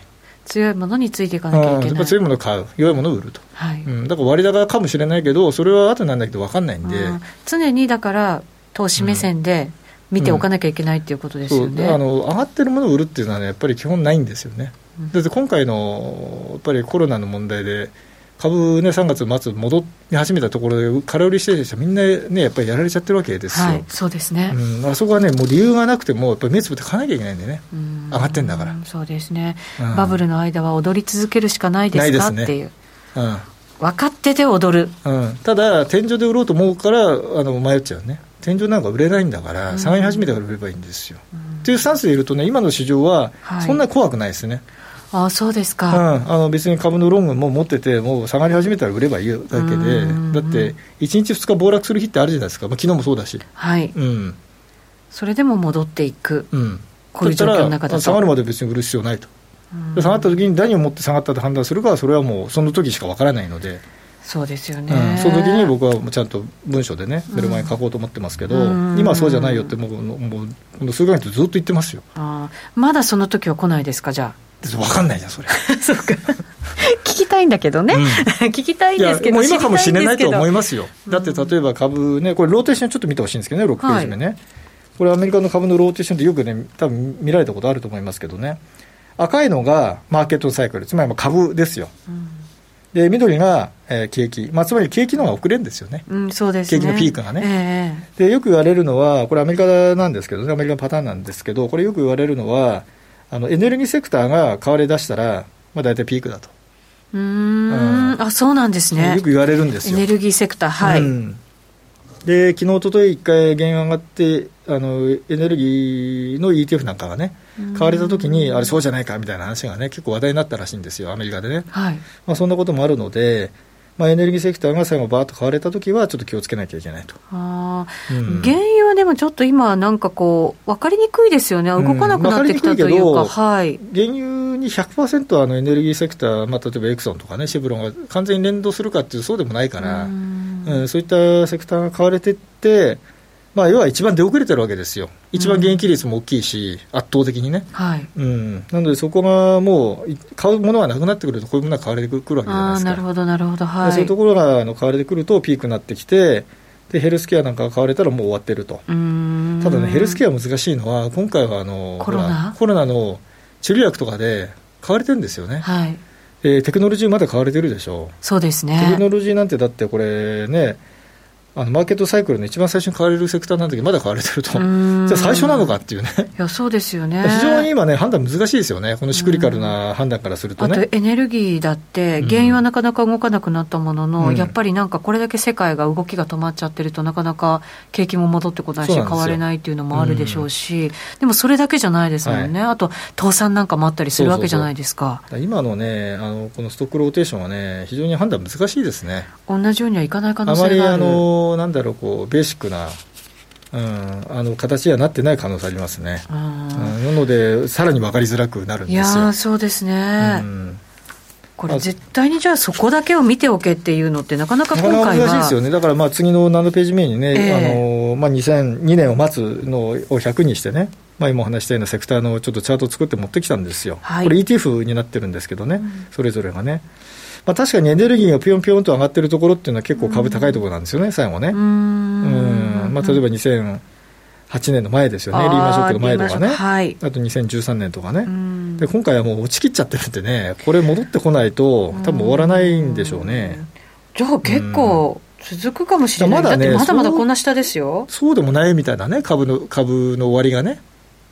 強いものについていかなきゃいけない、 うん、やっぱ強いものを買う、弱いものを売ると、 はい、 うん、だから割高かもしれないけどそれは後なんだけど分かんないんで、うん、 常にだから投資目線で見ておかなきゃいけないっていうことですよね、 うん、そうあの上がってるものを売るっていうのは、ね、やっぱり基本ないんですよね、うん、だって今回のやっぱりコロナの問題で株ねさんがつ末戻り始めたところで空売りしてる人はみんなねやっぱりやられちゃってるわけですよ、はい、 そうですね、 うん、あそこはねもう理由がなくてもやっぱり目つぶって買わなきゃいけないんでね、上がってんだから、 そうですね、うん、バブルの間は踊り続けるしかないですか、ね、っていう、うん、分かってて踊る、うん、ただ天井で売ろうと思うからあの迷っちゃうね、天井なんか売れないんだから下がり始めてから売ればいいんですよ、うん、っていうスタンスでいるとね今の市場はそんな怖くないですね、はい、 あそうですか、 うん、あの別に株のロングも持っててもう下がり始めたら売ればいいだけで、だっていちにちふつか暴落する日ってあるじゃないですか、まあ、昨日もそうだし、 はいうん、それでも戻っていく、うん、こういう状況の中だと下がるまで別に売る必要ないと、うん、下がった時に何をもって下がったと判断するかはそれはもうその時しかわからないので、 そうですよね、 うん、その時に僕はちゃんと文章でね寝る前に書こうと思ってますけど、うん、今はそうじゃないよってもうもう数ヶ月ずっと言ってますよ。 あまだその時は来ないですか、じゃあ分かんないじゃんそれそうか聞きたいんだけどね、うん、聞きたいんですけど、 いやもう今かもしれないと思いますよ。だって例えば株ね、これローテーションちょっと見てほしいんですけどね、ろくページ目ね、はい、これアメリカの株のローテーションってよくね多分見られたことあると思いますけどね、赤いのがマーケットサイクル、つまり株ですよ、うん、で緑が、えー、景気、まあ、つまり景気の方が遅れるんですよね、うん、そうですね、景気のピークがね、えー、でよく言われるのはこれアメリカなんですけどね、アメリカのパターンなんですけど、これよく言われるのはあのエネルギーセクターが買われ出したら、まあ、大体ピークだと。 うーん、うん、あそうなんですね、 よく言われるんですよ、 エネルギーセクター、はい、うん、 で昨日おとといいっかい原油上がってあのエネルギーの イーティーエフ なんかがね買われたときにあれそうじゃないかみたいな話がね結構話題になったらしいんですよ、アメリカでね、はい、まあ、そんなこともあるので、まあ、エネルギーセクターが最後バーッと買われたときはちょっと気をつけなきゃいけないと。 あ、うん、原油はでもちょっと今なんかこう分かりにくいですよね、動かなくなってきたというか、うん、はい、 原油に ひゃくパーセント あのエネルギーセクター、まあ、例えばエクソンとかねシェブロンが完全に連動するかっていうそうでもないから、うん、うん、そういったセクターが買われていって、まあ、要は一番出遅れてるわけですよ、一番現役率も大きいし、うん、圧倒的にね、はい、うん、なのでそこがもう買うものがなくなってくるとこういうものが買われてくるわけじゃないですか。 あなるほどなるほど、はい、 そういうところがあの買われてくるとピークになってきて、でヘルスケアなんかが買われたらもう終わってると。うーん、ただねヘルスケア難しいのは今回はあのコロナコロナの治療薬とかで買われてるんですよね、はい、でテクノロジーまで買われてるでしょ。 そうですね、 テクノロジーなんてだってこれねあのマーケットサイクルの一番最初に買われるセクターなんだけどまだ買われてると、じゃあ最初なのかっていうね。 いやそうですよね、 非常に今ね判断難しいですよね、このシクリカルな判断からするとね。 あとエネルギーだって原油はなかなか動かなくなったものの、うん、やっぱりなんかこれだけ世界が動きが止まっちゃってるとなかなか景気も戻ってこないし買われないっていうのもあるでしょうし、うん、でもそれだけじゃないですもんね、はい、あと倒産なんかもあったりするわけじゃないですか。 そうそうそう、今のねあのこのストックローテーションはね非常に判断難しいですね。 同じようにはいかない可能性がある。 あまりあのなんだろうこうベーシックな、うん、あの形にはなってない可能性ありますね、うん、なのでさらに分かりづらくなるんですよ。 いやそうですね、うん、これ絶対にじゃあそこだけを見ておけっていうのってなかなか今回は難しいですよね。だからまあ次の何ページ目にね、えーあのまあ、にせんにねんを待つのをひゃくにしてね、まあ、今お話したようなセクターのちょっとチャートを作って持ってきたんですよ、はい、これ イーティーエフ になってるんですけどね、うん、それぞれがね、まあ、確かにエネルギーがピヨンピヨンと上がってるところっていうのは結構株高いところなんですよね、最後ね。うーん、うん、まあ、例えばにせんはちねんの前ですよね、リーマンショックの前とかね、はい、あとにせんじゅうさんねんとかね。で今回はもう落ちきっちゃってるんでね、これ戻ってこないと多分終わらないんでしょうね。 じゃあ結構続くかもしれない、だってまだまだこんな下ですよ。 そう、そうでもないみたいなね、株の、株の終わりがね。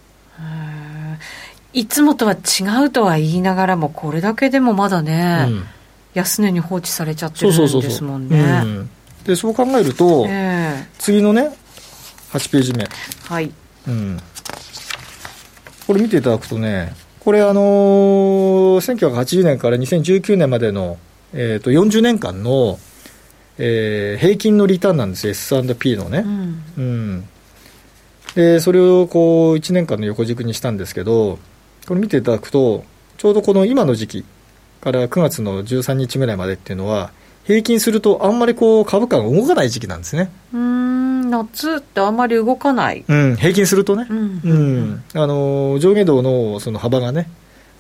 いつもとは違うとは言いながらもこれだけでもまだね、うん、安値に放置されちゃってるんですもんね。そうそうそうそう、うん、でそう考えると、えー、次のねはちページ目、はい、うん、これ見ていただくとね、これあのー、せんきゅうひゃくはちじゅうねんからにせんじゅうきゅうねんまでの、えー、とよんじゅうねんかんの、えー、平均のリターンなんですよ、 エスアンドピー のね、うんうん、でそれをこういちねんかんの横軸にしたんですけど、これ見ていただくとちょうどこの今の時期からくがつのじゅうさんにちぐらいまでっていうのは平均するとあんまりこう株価が動かない時期なんですね。 うーん、夏ってあんまり動かない、 うん、平均するとね、うんうんうん、あの上下動のその幅がね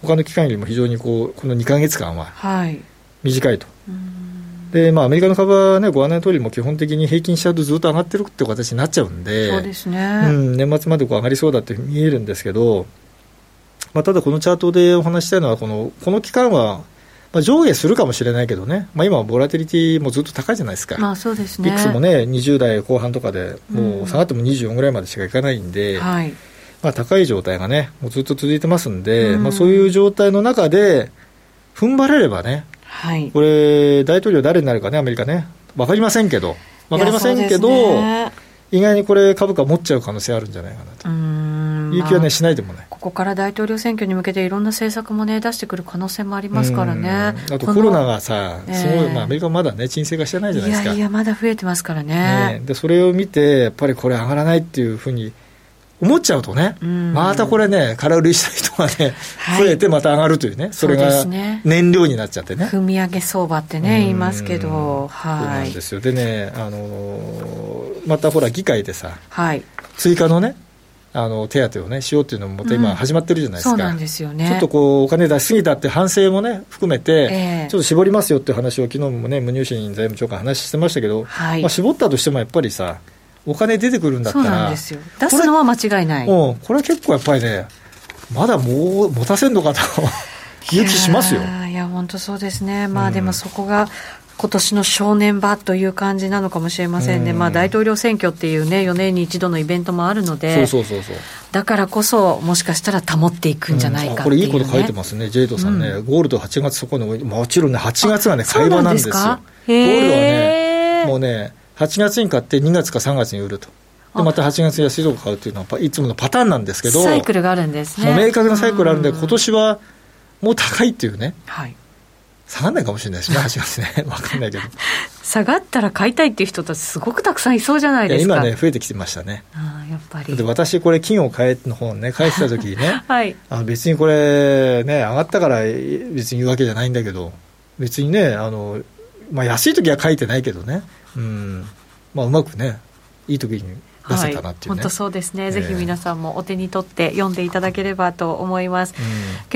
他の期間よりも非常にこうこのにかげつかんは短いと、 はい、うんでまあ、アメリカの株は、ね、ご案内の通りも基本的に平均しちゃうとずっと上がってるって形になっちゃうんで、 そうですね、 うん、年末までこう上がりそうだって見えるんですけど、まあ、ただこのチャートでお話したいのはこの、この期間はまあ、上下するかもしれないけどね、まあ、今はボラティリティもずっと高いじゃないですか、 まあそうですね、 ビックスもねにじゅう代後半とかでもう下がってもにじゅうよんぐらいまでしかいかないんで、 うんはいまあ、高い状態がねもうずっと続いてますんで、うんまあ、そういう状態の中で踏ん張れればね、 はい、 これ大統領誰になるかねアメリカね分かりませんけど分かりませんけど、ね、意外にこれ株価持っちゃう可能性あるんじゃないかなという気はね、まあ、しないでもない。 ここから大統領選挙に向けていろんな政策もね出してくる可能性もありますからね。 あとコロナがさ、えーすごいまあ、アメリカはまだね沈静化してないじゃないですか。 いやいやまだ増えてますから ね, ねでそれを見てやっぱりこれ上がらないっていうふうに思っちゃうとね、またこれね空売りした人がね、はい、増えてまた上がるというね、それが燃料になっちゃってね、 踏み上げ相場ってね言いますけど、はい、 そうなんですよ。でね、あのー、またほら議会でさ、 はい、 追加のねあの手当をねしようっていうのもまた今始まってるじゃないですか、 うん、そうなんですよね。 ちょっとこうお金出しすぎたって反省もね含めて、えー、ちょっと絞りますよっていう話を昨日もね無入信財務長官話してましたけど、はいまあ、絞ったとしてもやっぱりさお金出てくるんだったらそうなんですよ。出すのは間違いない。 これ、うん、これは結構やっぱりねまだもう持たせんのかという気しますよ。 いや、いや本当そうですね。まあ、うん、でもそこが今年の正念場という感じなのかもしれませんね、うんまあ、大統領選挙っていうねよねんに一度のイベントもあるので、 そうそうそうそうだからこそもしかしたら保っていくんじゃないかっていう、ねうん、 これいいこと書いてますねジェイドさんね、うん、ゴールドはちがつそこのもちろんねはちがつはね買い場なんですよ。ゴールドはねもうねはちがつに買ってにがつかさんがつに売るとでまたはちがつに安いとこ買うっていうのはいつものパターンなんですけど、 サイクルがあるんですね。 もう明確なサイクルあるんで、今年はもう高いっていうね、 はい、 下がんないかもしれないですねはちがつね分かんないけど下がったら買いたいっていう人たちすごくたくさんいそうじゃないですか。 いや今ね増えてきてましたね。 あやっぱりで私これ金を買えの本ね返した時にね、 はい、 あ別にこれね上がったから別に言うわけじゃないんだけど別にねあの、まあ、安い時は書いてないけどね、うんまあ、うまくねいい時に出せたなっていうね、 はい、本当そうですね、えー、ぜひ皆さんもお手に取って読んでいただければと思います、うん、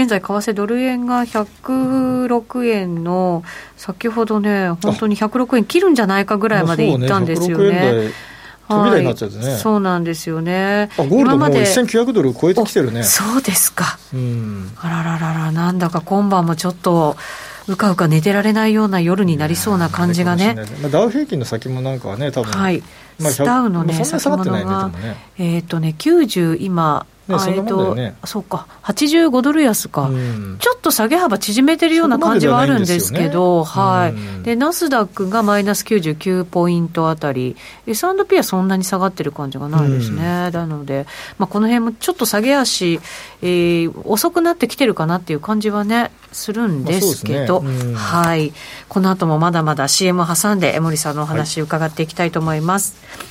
現在為替ドル円がひゃくろくえんの先ほどね本当にひゃくろくえん切るんじゃないかぐらいまでいったんですよね。 ひゃくろくえん台飛び台になっちゃってね、 はい、そうなんですよね。 あゴールドもうせんきゅうひゃくドル超えてきてるね。 そうですか、 うん、 あららららなんだか今晩もちょっとうかうか寝てられないような夜になりそうな感じがね、 まあ、ダウ平均の先もなんかはね多分、 はいまあ、ダウのね先物が、ねえー、とねきゅうじゅう今ね、 そんなもんだよね。 そうかはちじゅうごドル安か、うん、ちょっと下げ幅縮めてるような感じはあるんですけど、はい、でナスダックがマイナスきゅうじゅうきゅうポイントあたり エスアンドピー はそんなに下がってる感じがないですね、うん、なので、まあ、この辺もちょっと下げ足、えー、遅くなってきてるかなっていう感じはねするんですけど、まあねうんはい、この後もまだまだ シーエム を挟んで江森さんのお話伺っていきたいと思います、はい。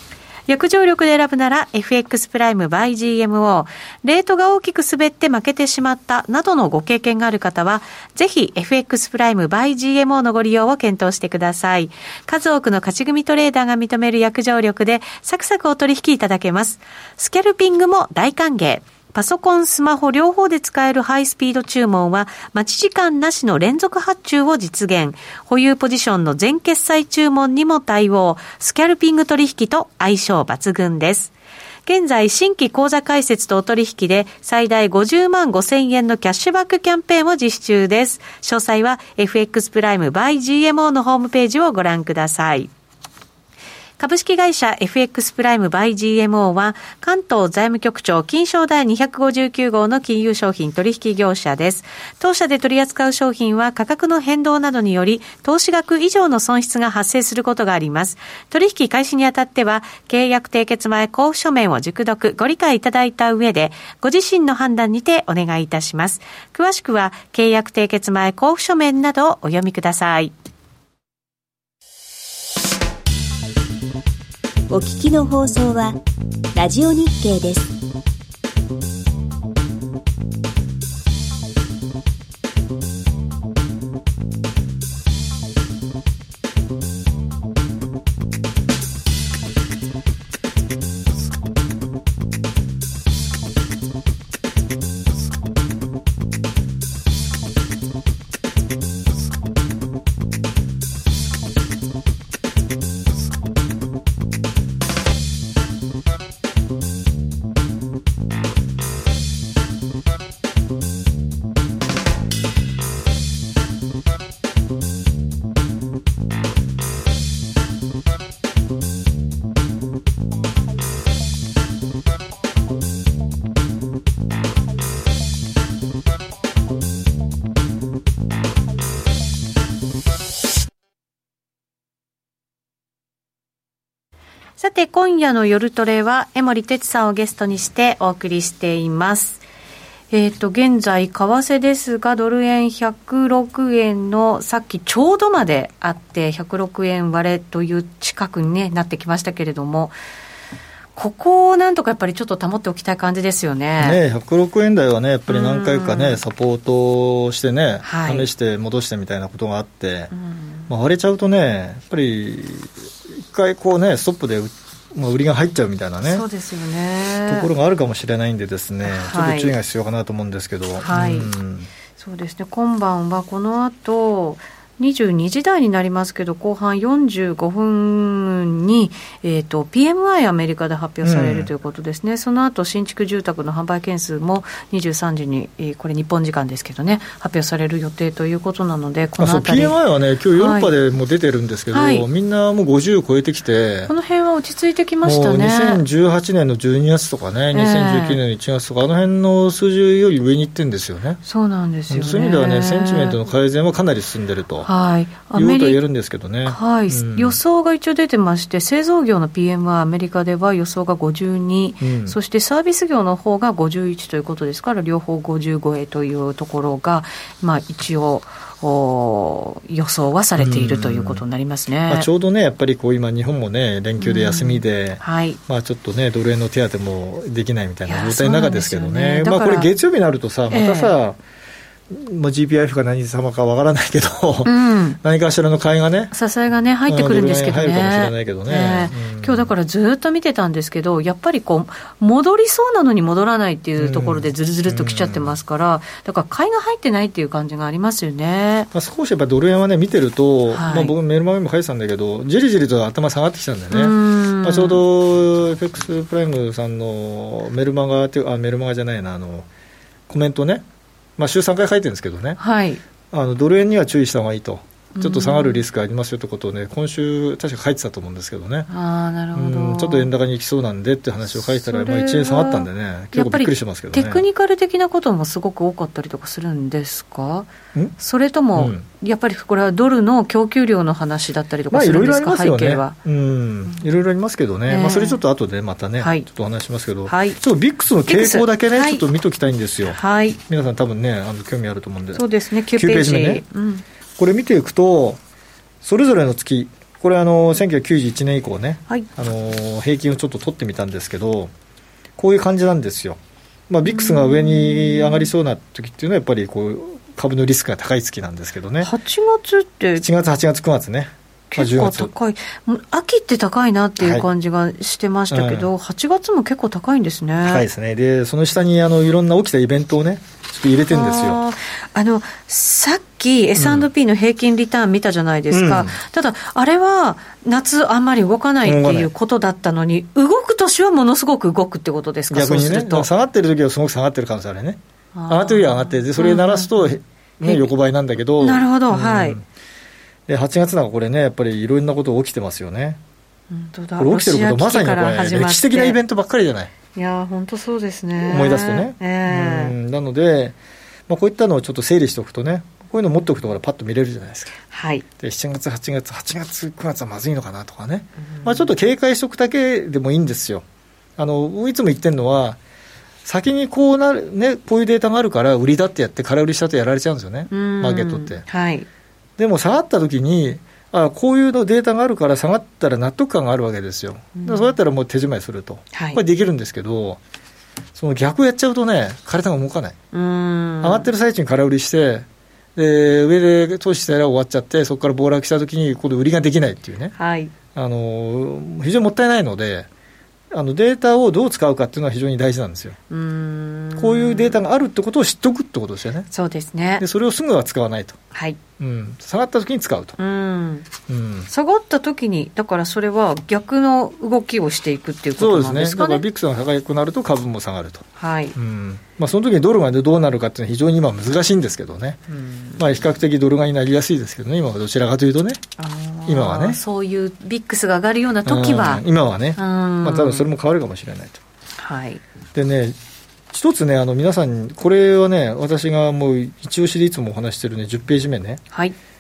約定力で選ぶなら エフエックス プライム by ジーエムオー レートが大きく滑って負けてしまったなどのご経験がある方はぜひ エフエックス プライム by ジーエムオー のご利用を検討してください。数多くの勝ち組トレーダーが認める約定力でサクサクお取引いただけます。スキャルピングも大歓迎。パソコン、スマホ両方で使えるハイスピード注文は待ち時間なしの連続発注を実現。保有ポジションの全決済注文にも対応。スキャルピング取引と相性抜群です。現在新規口座開設とお取引で最大ごじゅうまんごせんえんのキャッシュバックキャンペーンを実施中です。詳細は エフエックス プライム by ジーエムオー のホームページをご覧ください。株式会社 エフエックス プライム by ジーエムオー は関東財務局長金商第にひゃくごじゅうきゅう号の金融商品取引業者です。当社で取り扱う商品は価格の変動などにより投資額以上の損失が発生することがあります。取引開始にあたっては契約締結前交付書面を熟読ご理解いただいた上でご自身の判断にてお願いいたします。詳しくは契約締結前交付書面などをお読みください。 お聞きの放送はラジオ日経です。 て今夜の夜トレは江守哲さんをゲストにしてお送りしています。えっと現在為替ですがドル円ひゃくろくえんのさっきちょうどまであってひゃくろくえん割れという近くに、ね、なってきましたけれども、ここをなんとかやっぱりちょっと保っておきたい感じですよね。 ね、ひゃくろくえん台はねやっぱり何回かねサポートしてね、はい、試して戻してみたいなことがあって、まあ、割れちゃうとねやっぱり一回こうねストップでまあ、売りが入っちゃうみたいなね、 そうですよね、 ところがあるかもしれないんでですね、はい、ちょっと注意が必要かなと思うんですけど、 はい、うん、そうですね。今晩はこの後にじゅうにじ台になりますけど後半よんじゅうごふんに、えー、と ピーエムアイ アメリカで発表されるということですね、うん、その後新築住宅の販売件数もにじゅうさんじに、えー、これ日本時間ですけどね発表される予定ということなので、このあたりピーエムアイ はね今日ヨーロッパでも出てるんですけど、はい、みんなもうごじゅう超えてきてこの辺は落ち着いてきましたね。 もうにせんじゅうはちねんのじゅうにがつとかね、えー、にせんじゅうきゅうねんのいちがつとかあの辺の数字より上に行ってるんですよね。 そうなんですよね。 そういう意味ではねセンチメントの改善はかなり進んでると、はい、いうことは言えるんですけどね、 はい、うん、予想が一応出てまして製造業の ピーエムアイ アメリカでは予想がごじゅうに、うん、そしてサービス業の方がごじゅういちということですから両方ごじゅうごえというところが、まあ、一応予想はされているということになりますね、 まあ、ちょうどねやっぱりこう今日本もね連休で休みで、 はい、 まあ、ちょっとねドル円の手当もできないみたいな状態の中ですけどね、まあ、これ月曜日になるとさまたさ、えーまあ、ジーピーアイエフ か何様かわからないけど、うん、何かしらの買いがね支えがね入ってくるんですけどね、 入るかもしれないけどね、 えーうん、今日だからずっと見てたんですけどやっぱりこう戻りそうなのに戻らないっていうところでずるずるっと来ちゃってますから、うん、だから買いが入ってないっていう感じがありますよね、 まあ、少しやっぱドル円はね見てると、はい、まあ、僕メルマガにも書いてたんだけどじりじりと頭下がってきたんだよね、うん、まあ、ちょうど エフエックス プライムさんのメルマガっていうあメルマガじゃないなあのコメントね、まあ、週さんかい書いてるんですけどね、はい、あのドル円には注意した方がいいと、ちょっと下がるリスクありますよということをね今週確か書いてたと思うんですけどね、 あ、なるほど、 うん、ちょっと円高に行きそうなんでって話を書いたら、まあ、いちえん下がったんでね結構びっくりしてますけどね。 テクニカル的なこともすごく多かったりとかするんですか？んそれとも、うん、やっぱりこれはドルの供給量の話だったりとかするんですか？まあ、いろいろありますよね、背景は、うん、 いろいろありますけどね、えーまあ、それちょっと後でまたね、はい、ちょっとお話しますけど、はい、ちょっとビックスの傾向だけね、はい、ちょっと見ときたいんですよ、はい、皆さん多分ねあの興味あると思うんで。 そうですね、きゅうページ、 きゅうページ目ね、うん、これ見ていくとそれぞれの月これあのせんきゅうひゃくきゅうじゅういちねん以降ね、はい、あの平均をちょっと取ってみたんですけどこういう感じなんですよ、まあ、ビックスが上に上がりそうな時っていうのはやっぱりこう株のリスクが高い月なんですけどね。 はちがつってしちがつはちがつくがつね結構高い、秋って高いなっていう感じがしてましたけど、はい、うん、はちがつも結構高いんですね。 高いですね。でその下にあのいろんな起きたイベントをねちょっと入れてるんですよ。 ああのさっき エスアンドピー の平均リターン見たじゃないですか、うん、ただあれは夏あんまり動かないっていうことだったのに、動く年はものすごく動くってことですか？ 逆にね、 そうすると下がってる時はすごく下がってる可能性あるね。上がってる時は上がってでそれ鳴らすと、うんね、横ばいなんだけど。 なるほど、 うん、 はい。 ではちがつなんかこれねやっぱりいろんなこと起きてますよね。 本当だ、 これ起きてることまさにこれ歴史的なイベントばっかりじゃない。 いや本当そうですね、 思い出すとね、 えー、 うんなので、まあ、こういったのをちょっと整理しておくとねこういうのを持っておくところパッと見れるじゃないですか、 はい、 でしちがつはちがつはちがつくがつはまずいのかなとかね、まあ、ちょっと警戒しておくだけでもいいんですよ。あのいつも言ってるのは先にこうなる、ね、こういうデータがあるから売りだってやって空売りしたとやられちゃうんですよね、マーケットって、 はい、でも下がった時にあこういうのデータがあるから下がったら納得感があるわけですよ、うん、だそうやったらもう手締まいすると、はい、これできるんですけどその逆をやっちゃうとね体が動かない。うーん上がってる最中に空売りしてで上で投資したら終わっちゃってそこから暴落した時に今度売りができないっていうね、はい、あの非常にもったいないのであのデータをどう使うかっていうのは非常に大事なんですよ。うーんこういうデータがあるってことを知っておくってことですよね。 そうですね。 でそれをすぐは使わないと、 はいうん、下がった時に使うと、うんうん、下がった時にだからそれは逆の動きをしていくっていうことなんですかね。そうですね。だからビックスが高くなると株も下がると、はいうんまあ、その時にドルがどうなるかっていうのは非常に今難しいんですけどね、うんまあ、比較的ドル買いになりやすいですけどね今はどちらかというとね今はねそういうビックスが上がるような時は、 うん、今はね、うんまあ、多分それも変わるかもしれないと、はい、でね一つねあの皆さんこれはね私がもう一押しでいつもお話してるねじゅっページ目ね、はい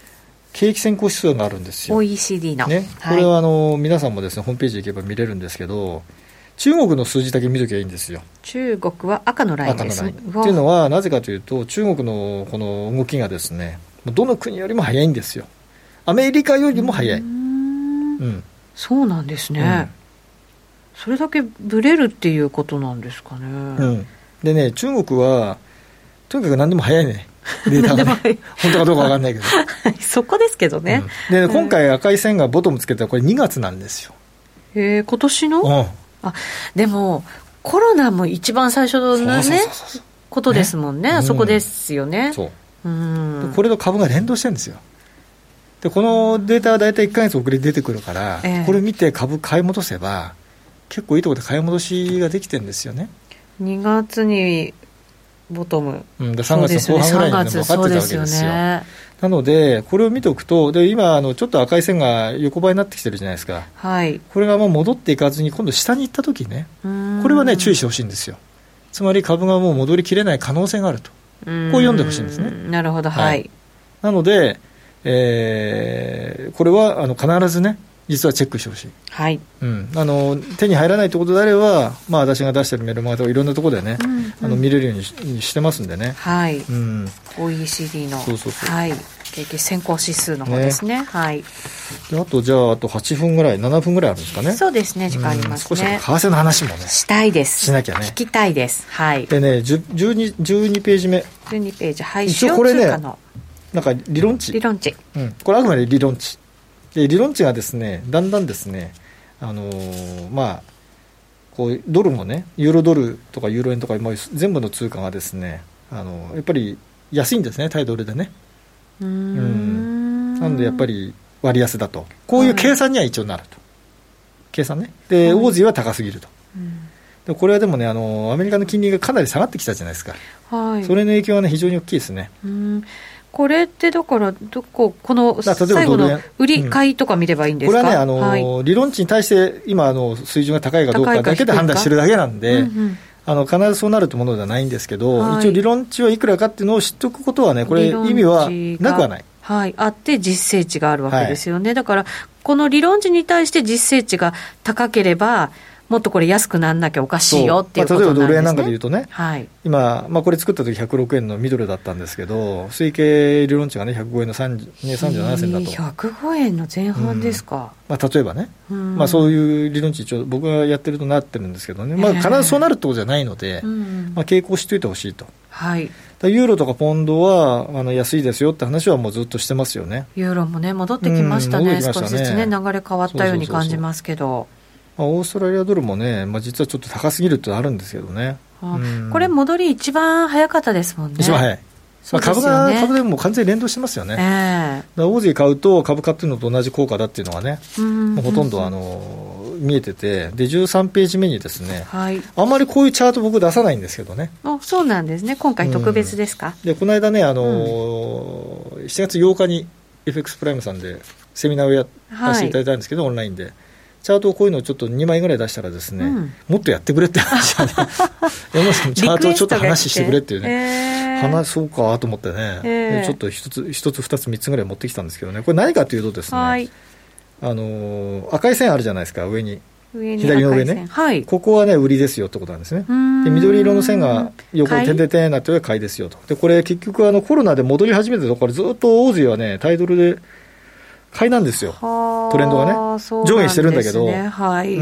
景気先行指数があるんですよ。 オーイーシーディー の、 ね、これはあの皆さんもですねホームページ行けば見れるんですけど、中国の数字だけ見ときゃいいんですよ。 中国は赤のラインですね。 っていうのはなぜかというと、中国のこの動きがですねどの国よりも早いんですよ。アメリカよりも早い。うーん、うん、 そうなんですね、うん、それだけブレるっていうことなんですかね、うん、 でね、中国はとにかく何でも早いね、データがね本当かどうか分かんないけどそこですけどね、 うん、で、ね、今回赤い線がボトムつけたらこれにがつなんですよ。 へー、今年の、うん、あでもコロナも一番最初のねことですもんね、あそこですよね。 そう、うん、これと株が連動してるんですよ。でこのデータはだいたいいっかげつ遅れ出てくるから、えー、これ見て株買い戻せば結構いいところで買い戻しができてるんですよね。 にがつにボトム、 うん、でさんがつの後半ぐらいに、ね、分かってたわけですよ。ですよね、なのでこれを見ておくと、で今あのちょっと赤い線が横ばいになってきてるじゃないですか、 はい、 これがもう戻っていかずに今度下に行った時ね、これはね注意してほしいんですよ。つまり株がもう戻りきれない可能性があると、こう読んでほしいんですね。 なるほど、はい、はい、 なので、えー、これはあの必ずね実はチェックしてほしい、 はい、 うん、あの手に入らないということであれば、まあ、私が出しているメルマガとかいろんなところでね、うんうん、あの見れるように し, にしてますんでね、 はい、 うん、 オーイーシーディー のそうそうそう、 はい、景気先行指数の方ですね、はい、 であとじゃああとはちふんぐらいななふんぐらいあるんですかね。 そうですね、時間ありますね。 少し為替の話もねしたいです。 しなきゃね、 聞きたいです、はい、 でねじゅうに, じゅうにページ目じゅうにページ、はい、 一応これねなんか理論値理論値、 うん、これあくまで理論値で、理論値がですねだんだんですね、あのー、まあこうドルもねユーロドルとかユーロ円とか全部の通貨がですね、あのやっぱり安いんですね、対ドルでね。うーん、うん、なのでやっぱり割安だと、こういう計算には一応なると、はい、計算ね。で、オージーは高すぎると、うん、でこれはでもねあのアメリカの金利がかなり下がってきたじゃないですか、はい、それの影響はね非常に大きいですね。うん、 これってだからどここの最後の売り買いとか見ればいいんですか。 うん、これはねあの、はい、理論値に対して今あの水準が高いかどうかだけで判断してるだけなんで、うんうん、あの必ずそうなるというものではないんですけど、はい、一応理論値はいくらかっていうのを知っておくことはね、これ意味はなくはない、 はい、あって実勢値があるわけですよね、はい、だからこの理論値に対して実勢値が高ければもっとこれ安くならなきゃおかしいよっていうことなんですね。 まあ、例えばドル円なんかで言うとね、 はい、 今、まあ、これ作った時ひゃくろくえんのミドルだったんですけど、推計理論値がねひゃくごえんのさんじゅうななせんだと。 ひゃくごえんの前半ですか。うん、 まあ、例えばね、まあ、そういう理論値一応僕がやってるとなってるんですけどね、まあ、必ずそうなるってことじゃないので、まあ、傾向しておいてほしいと。 はい、 ユーロとかポンドはあの安いですよって話はもうずっとしてますよね。 ユーロもね戻ってきましたね、うん、少しずつね流れ変わったように感じますけど、そうそうそうそう、 まあ、オーストラリアドルもね、まあ、実はちょっと高すぎるってあるんですけどね、 はあ、うん、これ戻り一番早かったですもんね。 一番早い、まあ、株が株でも完全に連動してますよね、えー、だからオージー買うと株買っていうのと同じ効果だっていうのがね、うん、もうほとんどあの見えてて、でじゅうさんページ目にですね、はい、あんまりこういうチャート僕出さないんですけどね。 あ、そうなんですね、今回特別ですか。 うん、でこの間ね、あのーうん、しちがつようかに エフエックス プライムさんでセミナーをやらせていただいたんですけど、はい、オンラインでチャートをこういうのをちょっとにまいぐらい出したらですね、うん、もっとやってくれって話がね山本さんチャートをちょっと話してくれっていうね、えー、話そうかと思ってね、えー、ちょっと一つ一つ二つ三つぐらい持ってきたんですけどね、これ何かというとですね、はい、あの赤い線あるじゃないですか、上に上に左の上ね、はい、ここはね売りですよってことなんですね。で緑色の線が横に点々点になってる買いですよと。でこれ結局あのコロナで戻り始めたところずっとオージーはねタイドルで買いなんですよ、トレンドがね上下してるんだけど、 はい、 うん、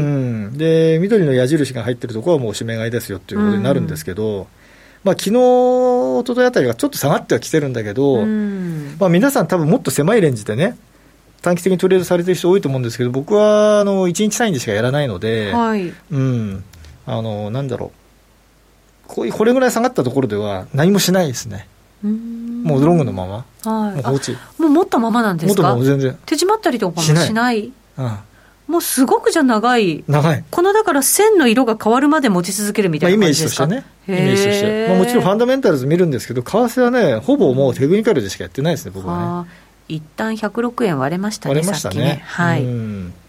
で緑の矢印が入ってるところはもう締め買いですよっていうことになるんですけど、まあ、昨日一昨日あたりがちょっと下がってはきてるんだけど、まあ、皆さん多分もっと狭いレンジでね短期的にトレードされてる人多いと思うんですけど、僕はあのいちにち単位でしかやらないので、はい、うん、あのなんだろう、こうこれぐらい下がったところでは何もしないですね。うーん、もうロングのまま、はい、もう放置、 もう持ったままなんですか。 もっとも全然手締まったりとかもしない、しない、うん、もうすごくじゃ長い長い、 このだから線の色が変わるまで持ち続けるみたいな感じですか。 まあ、イメージとしてね、イメージとして、まあ、もちろんファンダメンタルズ見るんですけど、為替はねほぼもうテクニカルでしかやってないですね、僕はね。 一旦ひゃくろくえん割れましたね、 割れましたね、 さっきね、はい、 うん、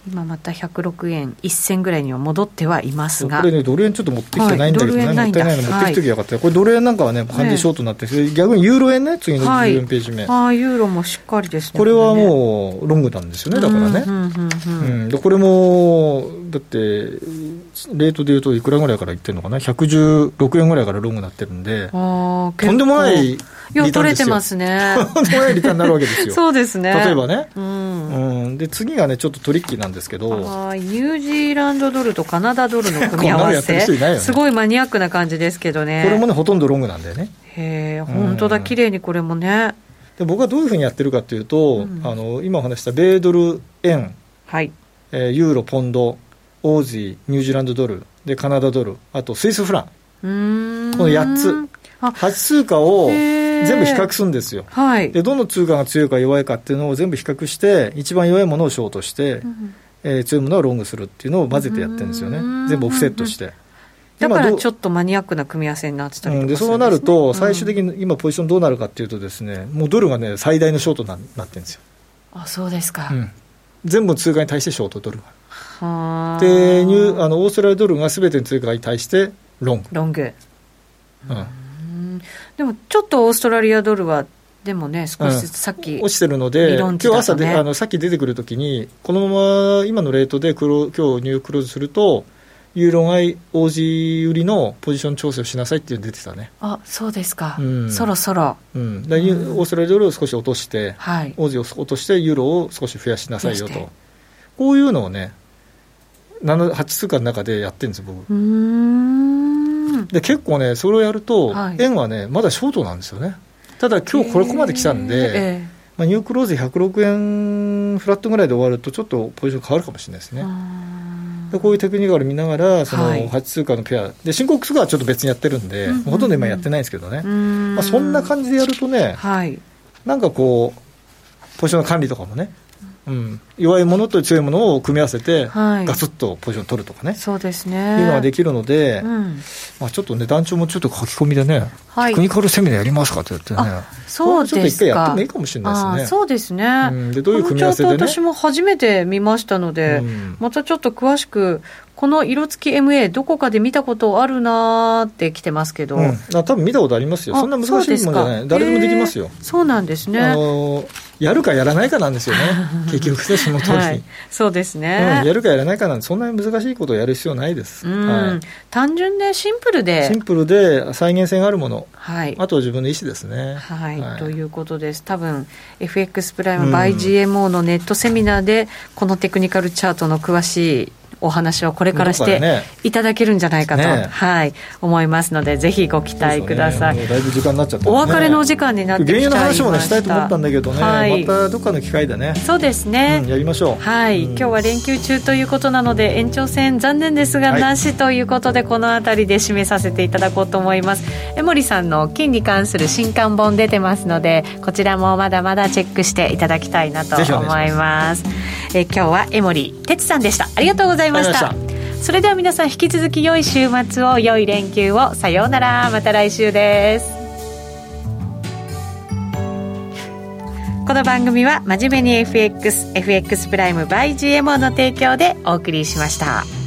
今またひゃくろくえんいっ銭ぐらいには戻ってはいますが、 これねドル円ちょっと持ってきてないんだけどね、はい、もったいないの持ってきてきゃよかった、はい、これドル円なんかはね完全ショートになって、ね、逆にユーロ円ね、次のじゅうよんページ目、 はい、あユーロもしっかりですね。 これはもうロングなんですよね、だからね、うんうんうんうん、でこれもだってレートでいうといくらぐらいからいってるのかな、ひゃくじゅうろくえんぐらいからロングになってるんで、あとんでもないリターンですよ。いや取れてますねとんでもないリターンになるわけですよそうですね、 例えばね、 うんうん、で次がねちょっとトリッキーなんですけど、 あニュージーランドドルとカナダドルの組み合わせね、すごいマニアックな感じですけどね、 これもねほとんどロングなんだよね。 へえ本当だ、綺麗にこれもね。 で僕はどういうふうにやってるかというと、うん、あの今お話した米ドル円、はいえー、ユーロポンドオージーニュージーランドドルでカナダドル、あとスイスフラン、うーんこのやっつはち通貨を全部比較するんですよ、はい、でどの通貨が強いか弱いかっていうのを全部比較して一番弱いものをショートして、うんえー、強いものをロングするっていうのを混ぜてやってるんですよね、全部オフセットして、 だからちょっとマニアックな組み合わせになってたりとかするんですね、うん、でそうなると最終的に今ポジションどうなるかっていうとですね、もうドルがね最大のショートになってるんですよ。 あそうですか、 うん、全部の通貨に対してショートドルがはでニューあのオーストラリアドルが全ての通貨に対してロングロング、うん、うんでもちょっとオーストラリアドルはでもね少しずつさっき、 うん、落ちてるので、ね、今日朝であのさっき出てくるときにこのまま今のレートでクロ今日ニュークローズするとユーロ買いオージー売りのポジション調整をしなさいっていうの出てたね。 あそうですか、うん、そろそろ、 うん、でうん、オーストラリアドルを少し落として、はい、オージーを落としてユーロを少し増やしなさいよと、こういうのをねはち通貨の中でやってるんですよ僕。うーんで結構ねそれをやると、はい、円はねまだショートなんですよね。ただ今日これここまで来たんで、えーえーまあ、ニュークローズひゃくろくえんフラットぐらいで終わるとちょっとポジション変わるかもしれないですね。でこういうテクニカル見ながらそのはち通貨のペア、はい、で申告通貨はちょっと別にやってるんで、うんうんうん、ほとんど今やってないんですけどね、まあ、そんな感じでやるとね、はい、なんかこうポジションの管理とかもね、うん、弱いものと強いものを組み合わせて、はい、ガツッとポジション取るとかね、 そうですね、 いうのができるので、うんまあ、ちょっとね団長もちょっと書き込みでね、はい、テクニカルセミナーやりますかって言ってね、 そうですか、ちょっと一回やってもいいかもしれないですね。 あそうですね、 うん、でどういう組み合わせでね、 このチャート私も初めて見ましたので、うん、またちょっと詳しくこの色付き エムエー どこかで見たことあるなーって来てますけど、うん、 多分見たことありますよ。そんな難しいもんじゃない、誰でもできますよ。 そうなんですね。 あのやるかやらないかなんですよね結局ねその通り、はい、 そうですね、 うん、やるかやらないかなんてそんなに難しいことをやる必要ないです、うんはい、単純でシンプルでシンプルで再現性があるもの、はい、あとは自分の意思ですね、 はいはい、ということです。多分 エフエックス プライム by ジーエムオー のネットセミナーでこのテクニカルチャートの詳しいお話をこれからしていただけるんじゃないかと、ねはい、思いますのでぜひご期待ください、 ね、だいぶ時間になっちゃった、ね、 お別れのお時間になってきちゃいました。 原油の話も、ね、したいと思ったんだけどね、はい、またどっかの機会でね。 そうですね、 うん、やりましょう、 はい、うん、今日は連休中ということなので延長戦残念ですがなしということで、はい、このあたりで締めさせていただこうと思います。江森さんの金に関する新刊本出てますのでこちらもまだまだチェックしていただきたいなと思います。え今日は江森哲さんでした。ありがとうございました。それでは皆さん引き続き良い週末を、良い連休を。さようなら、また来週です。この番組は真面目に エフエックス エフエックス プライム by ジーエムオー の提供でお送りしました。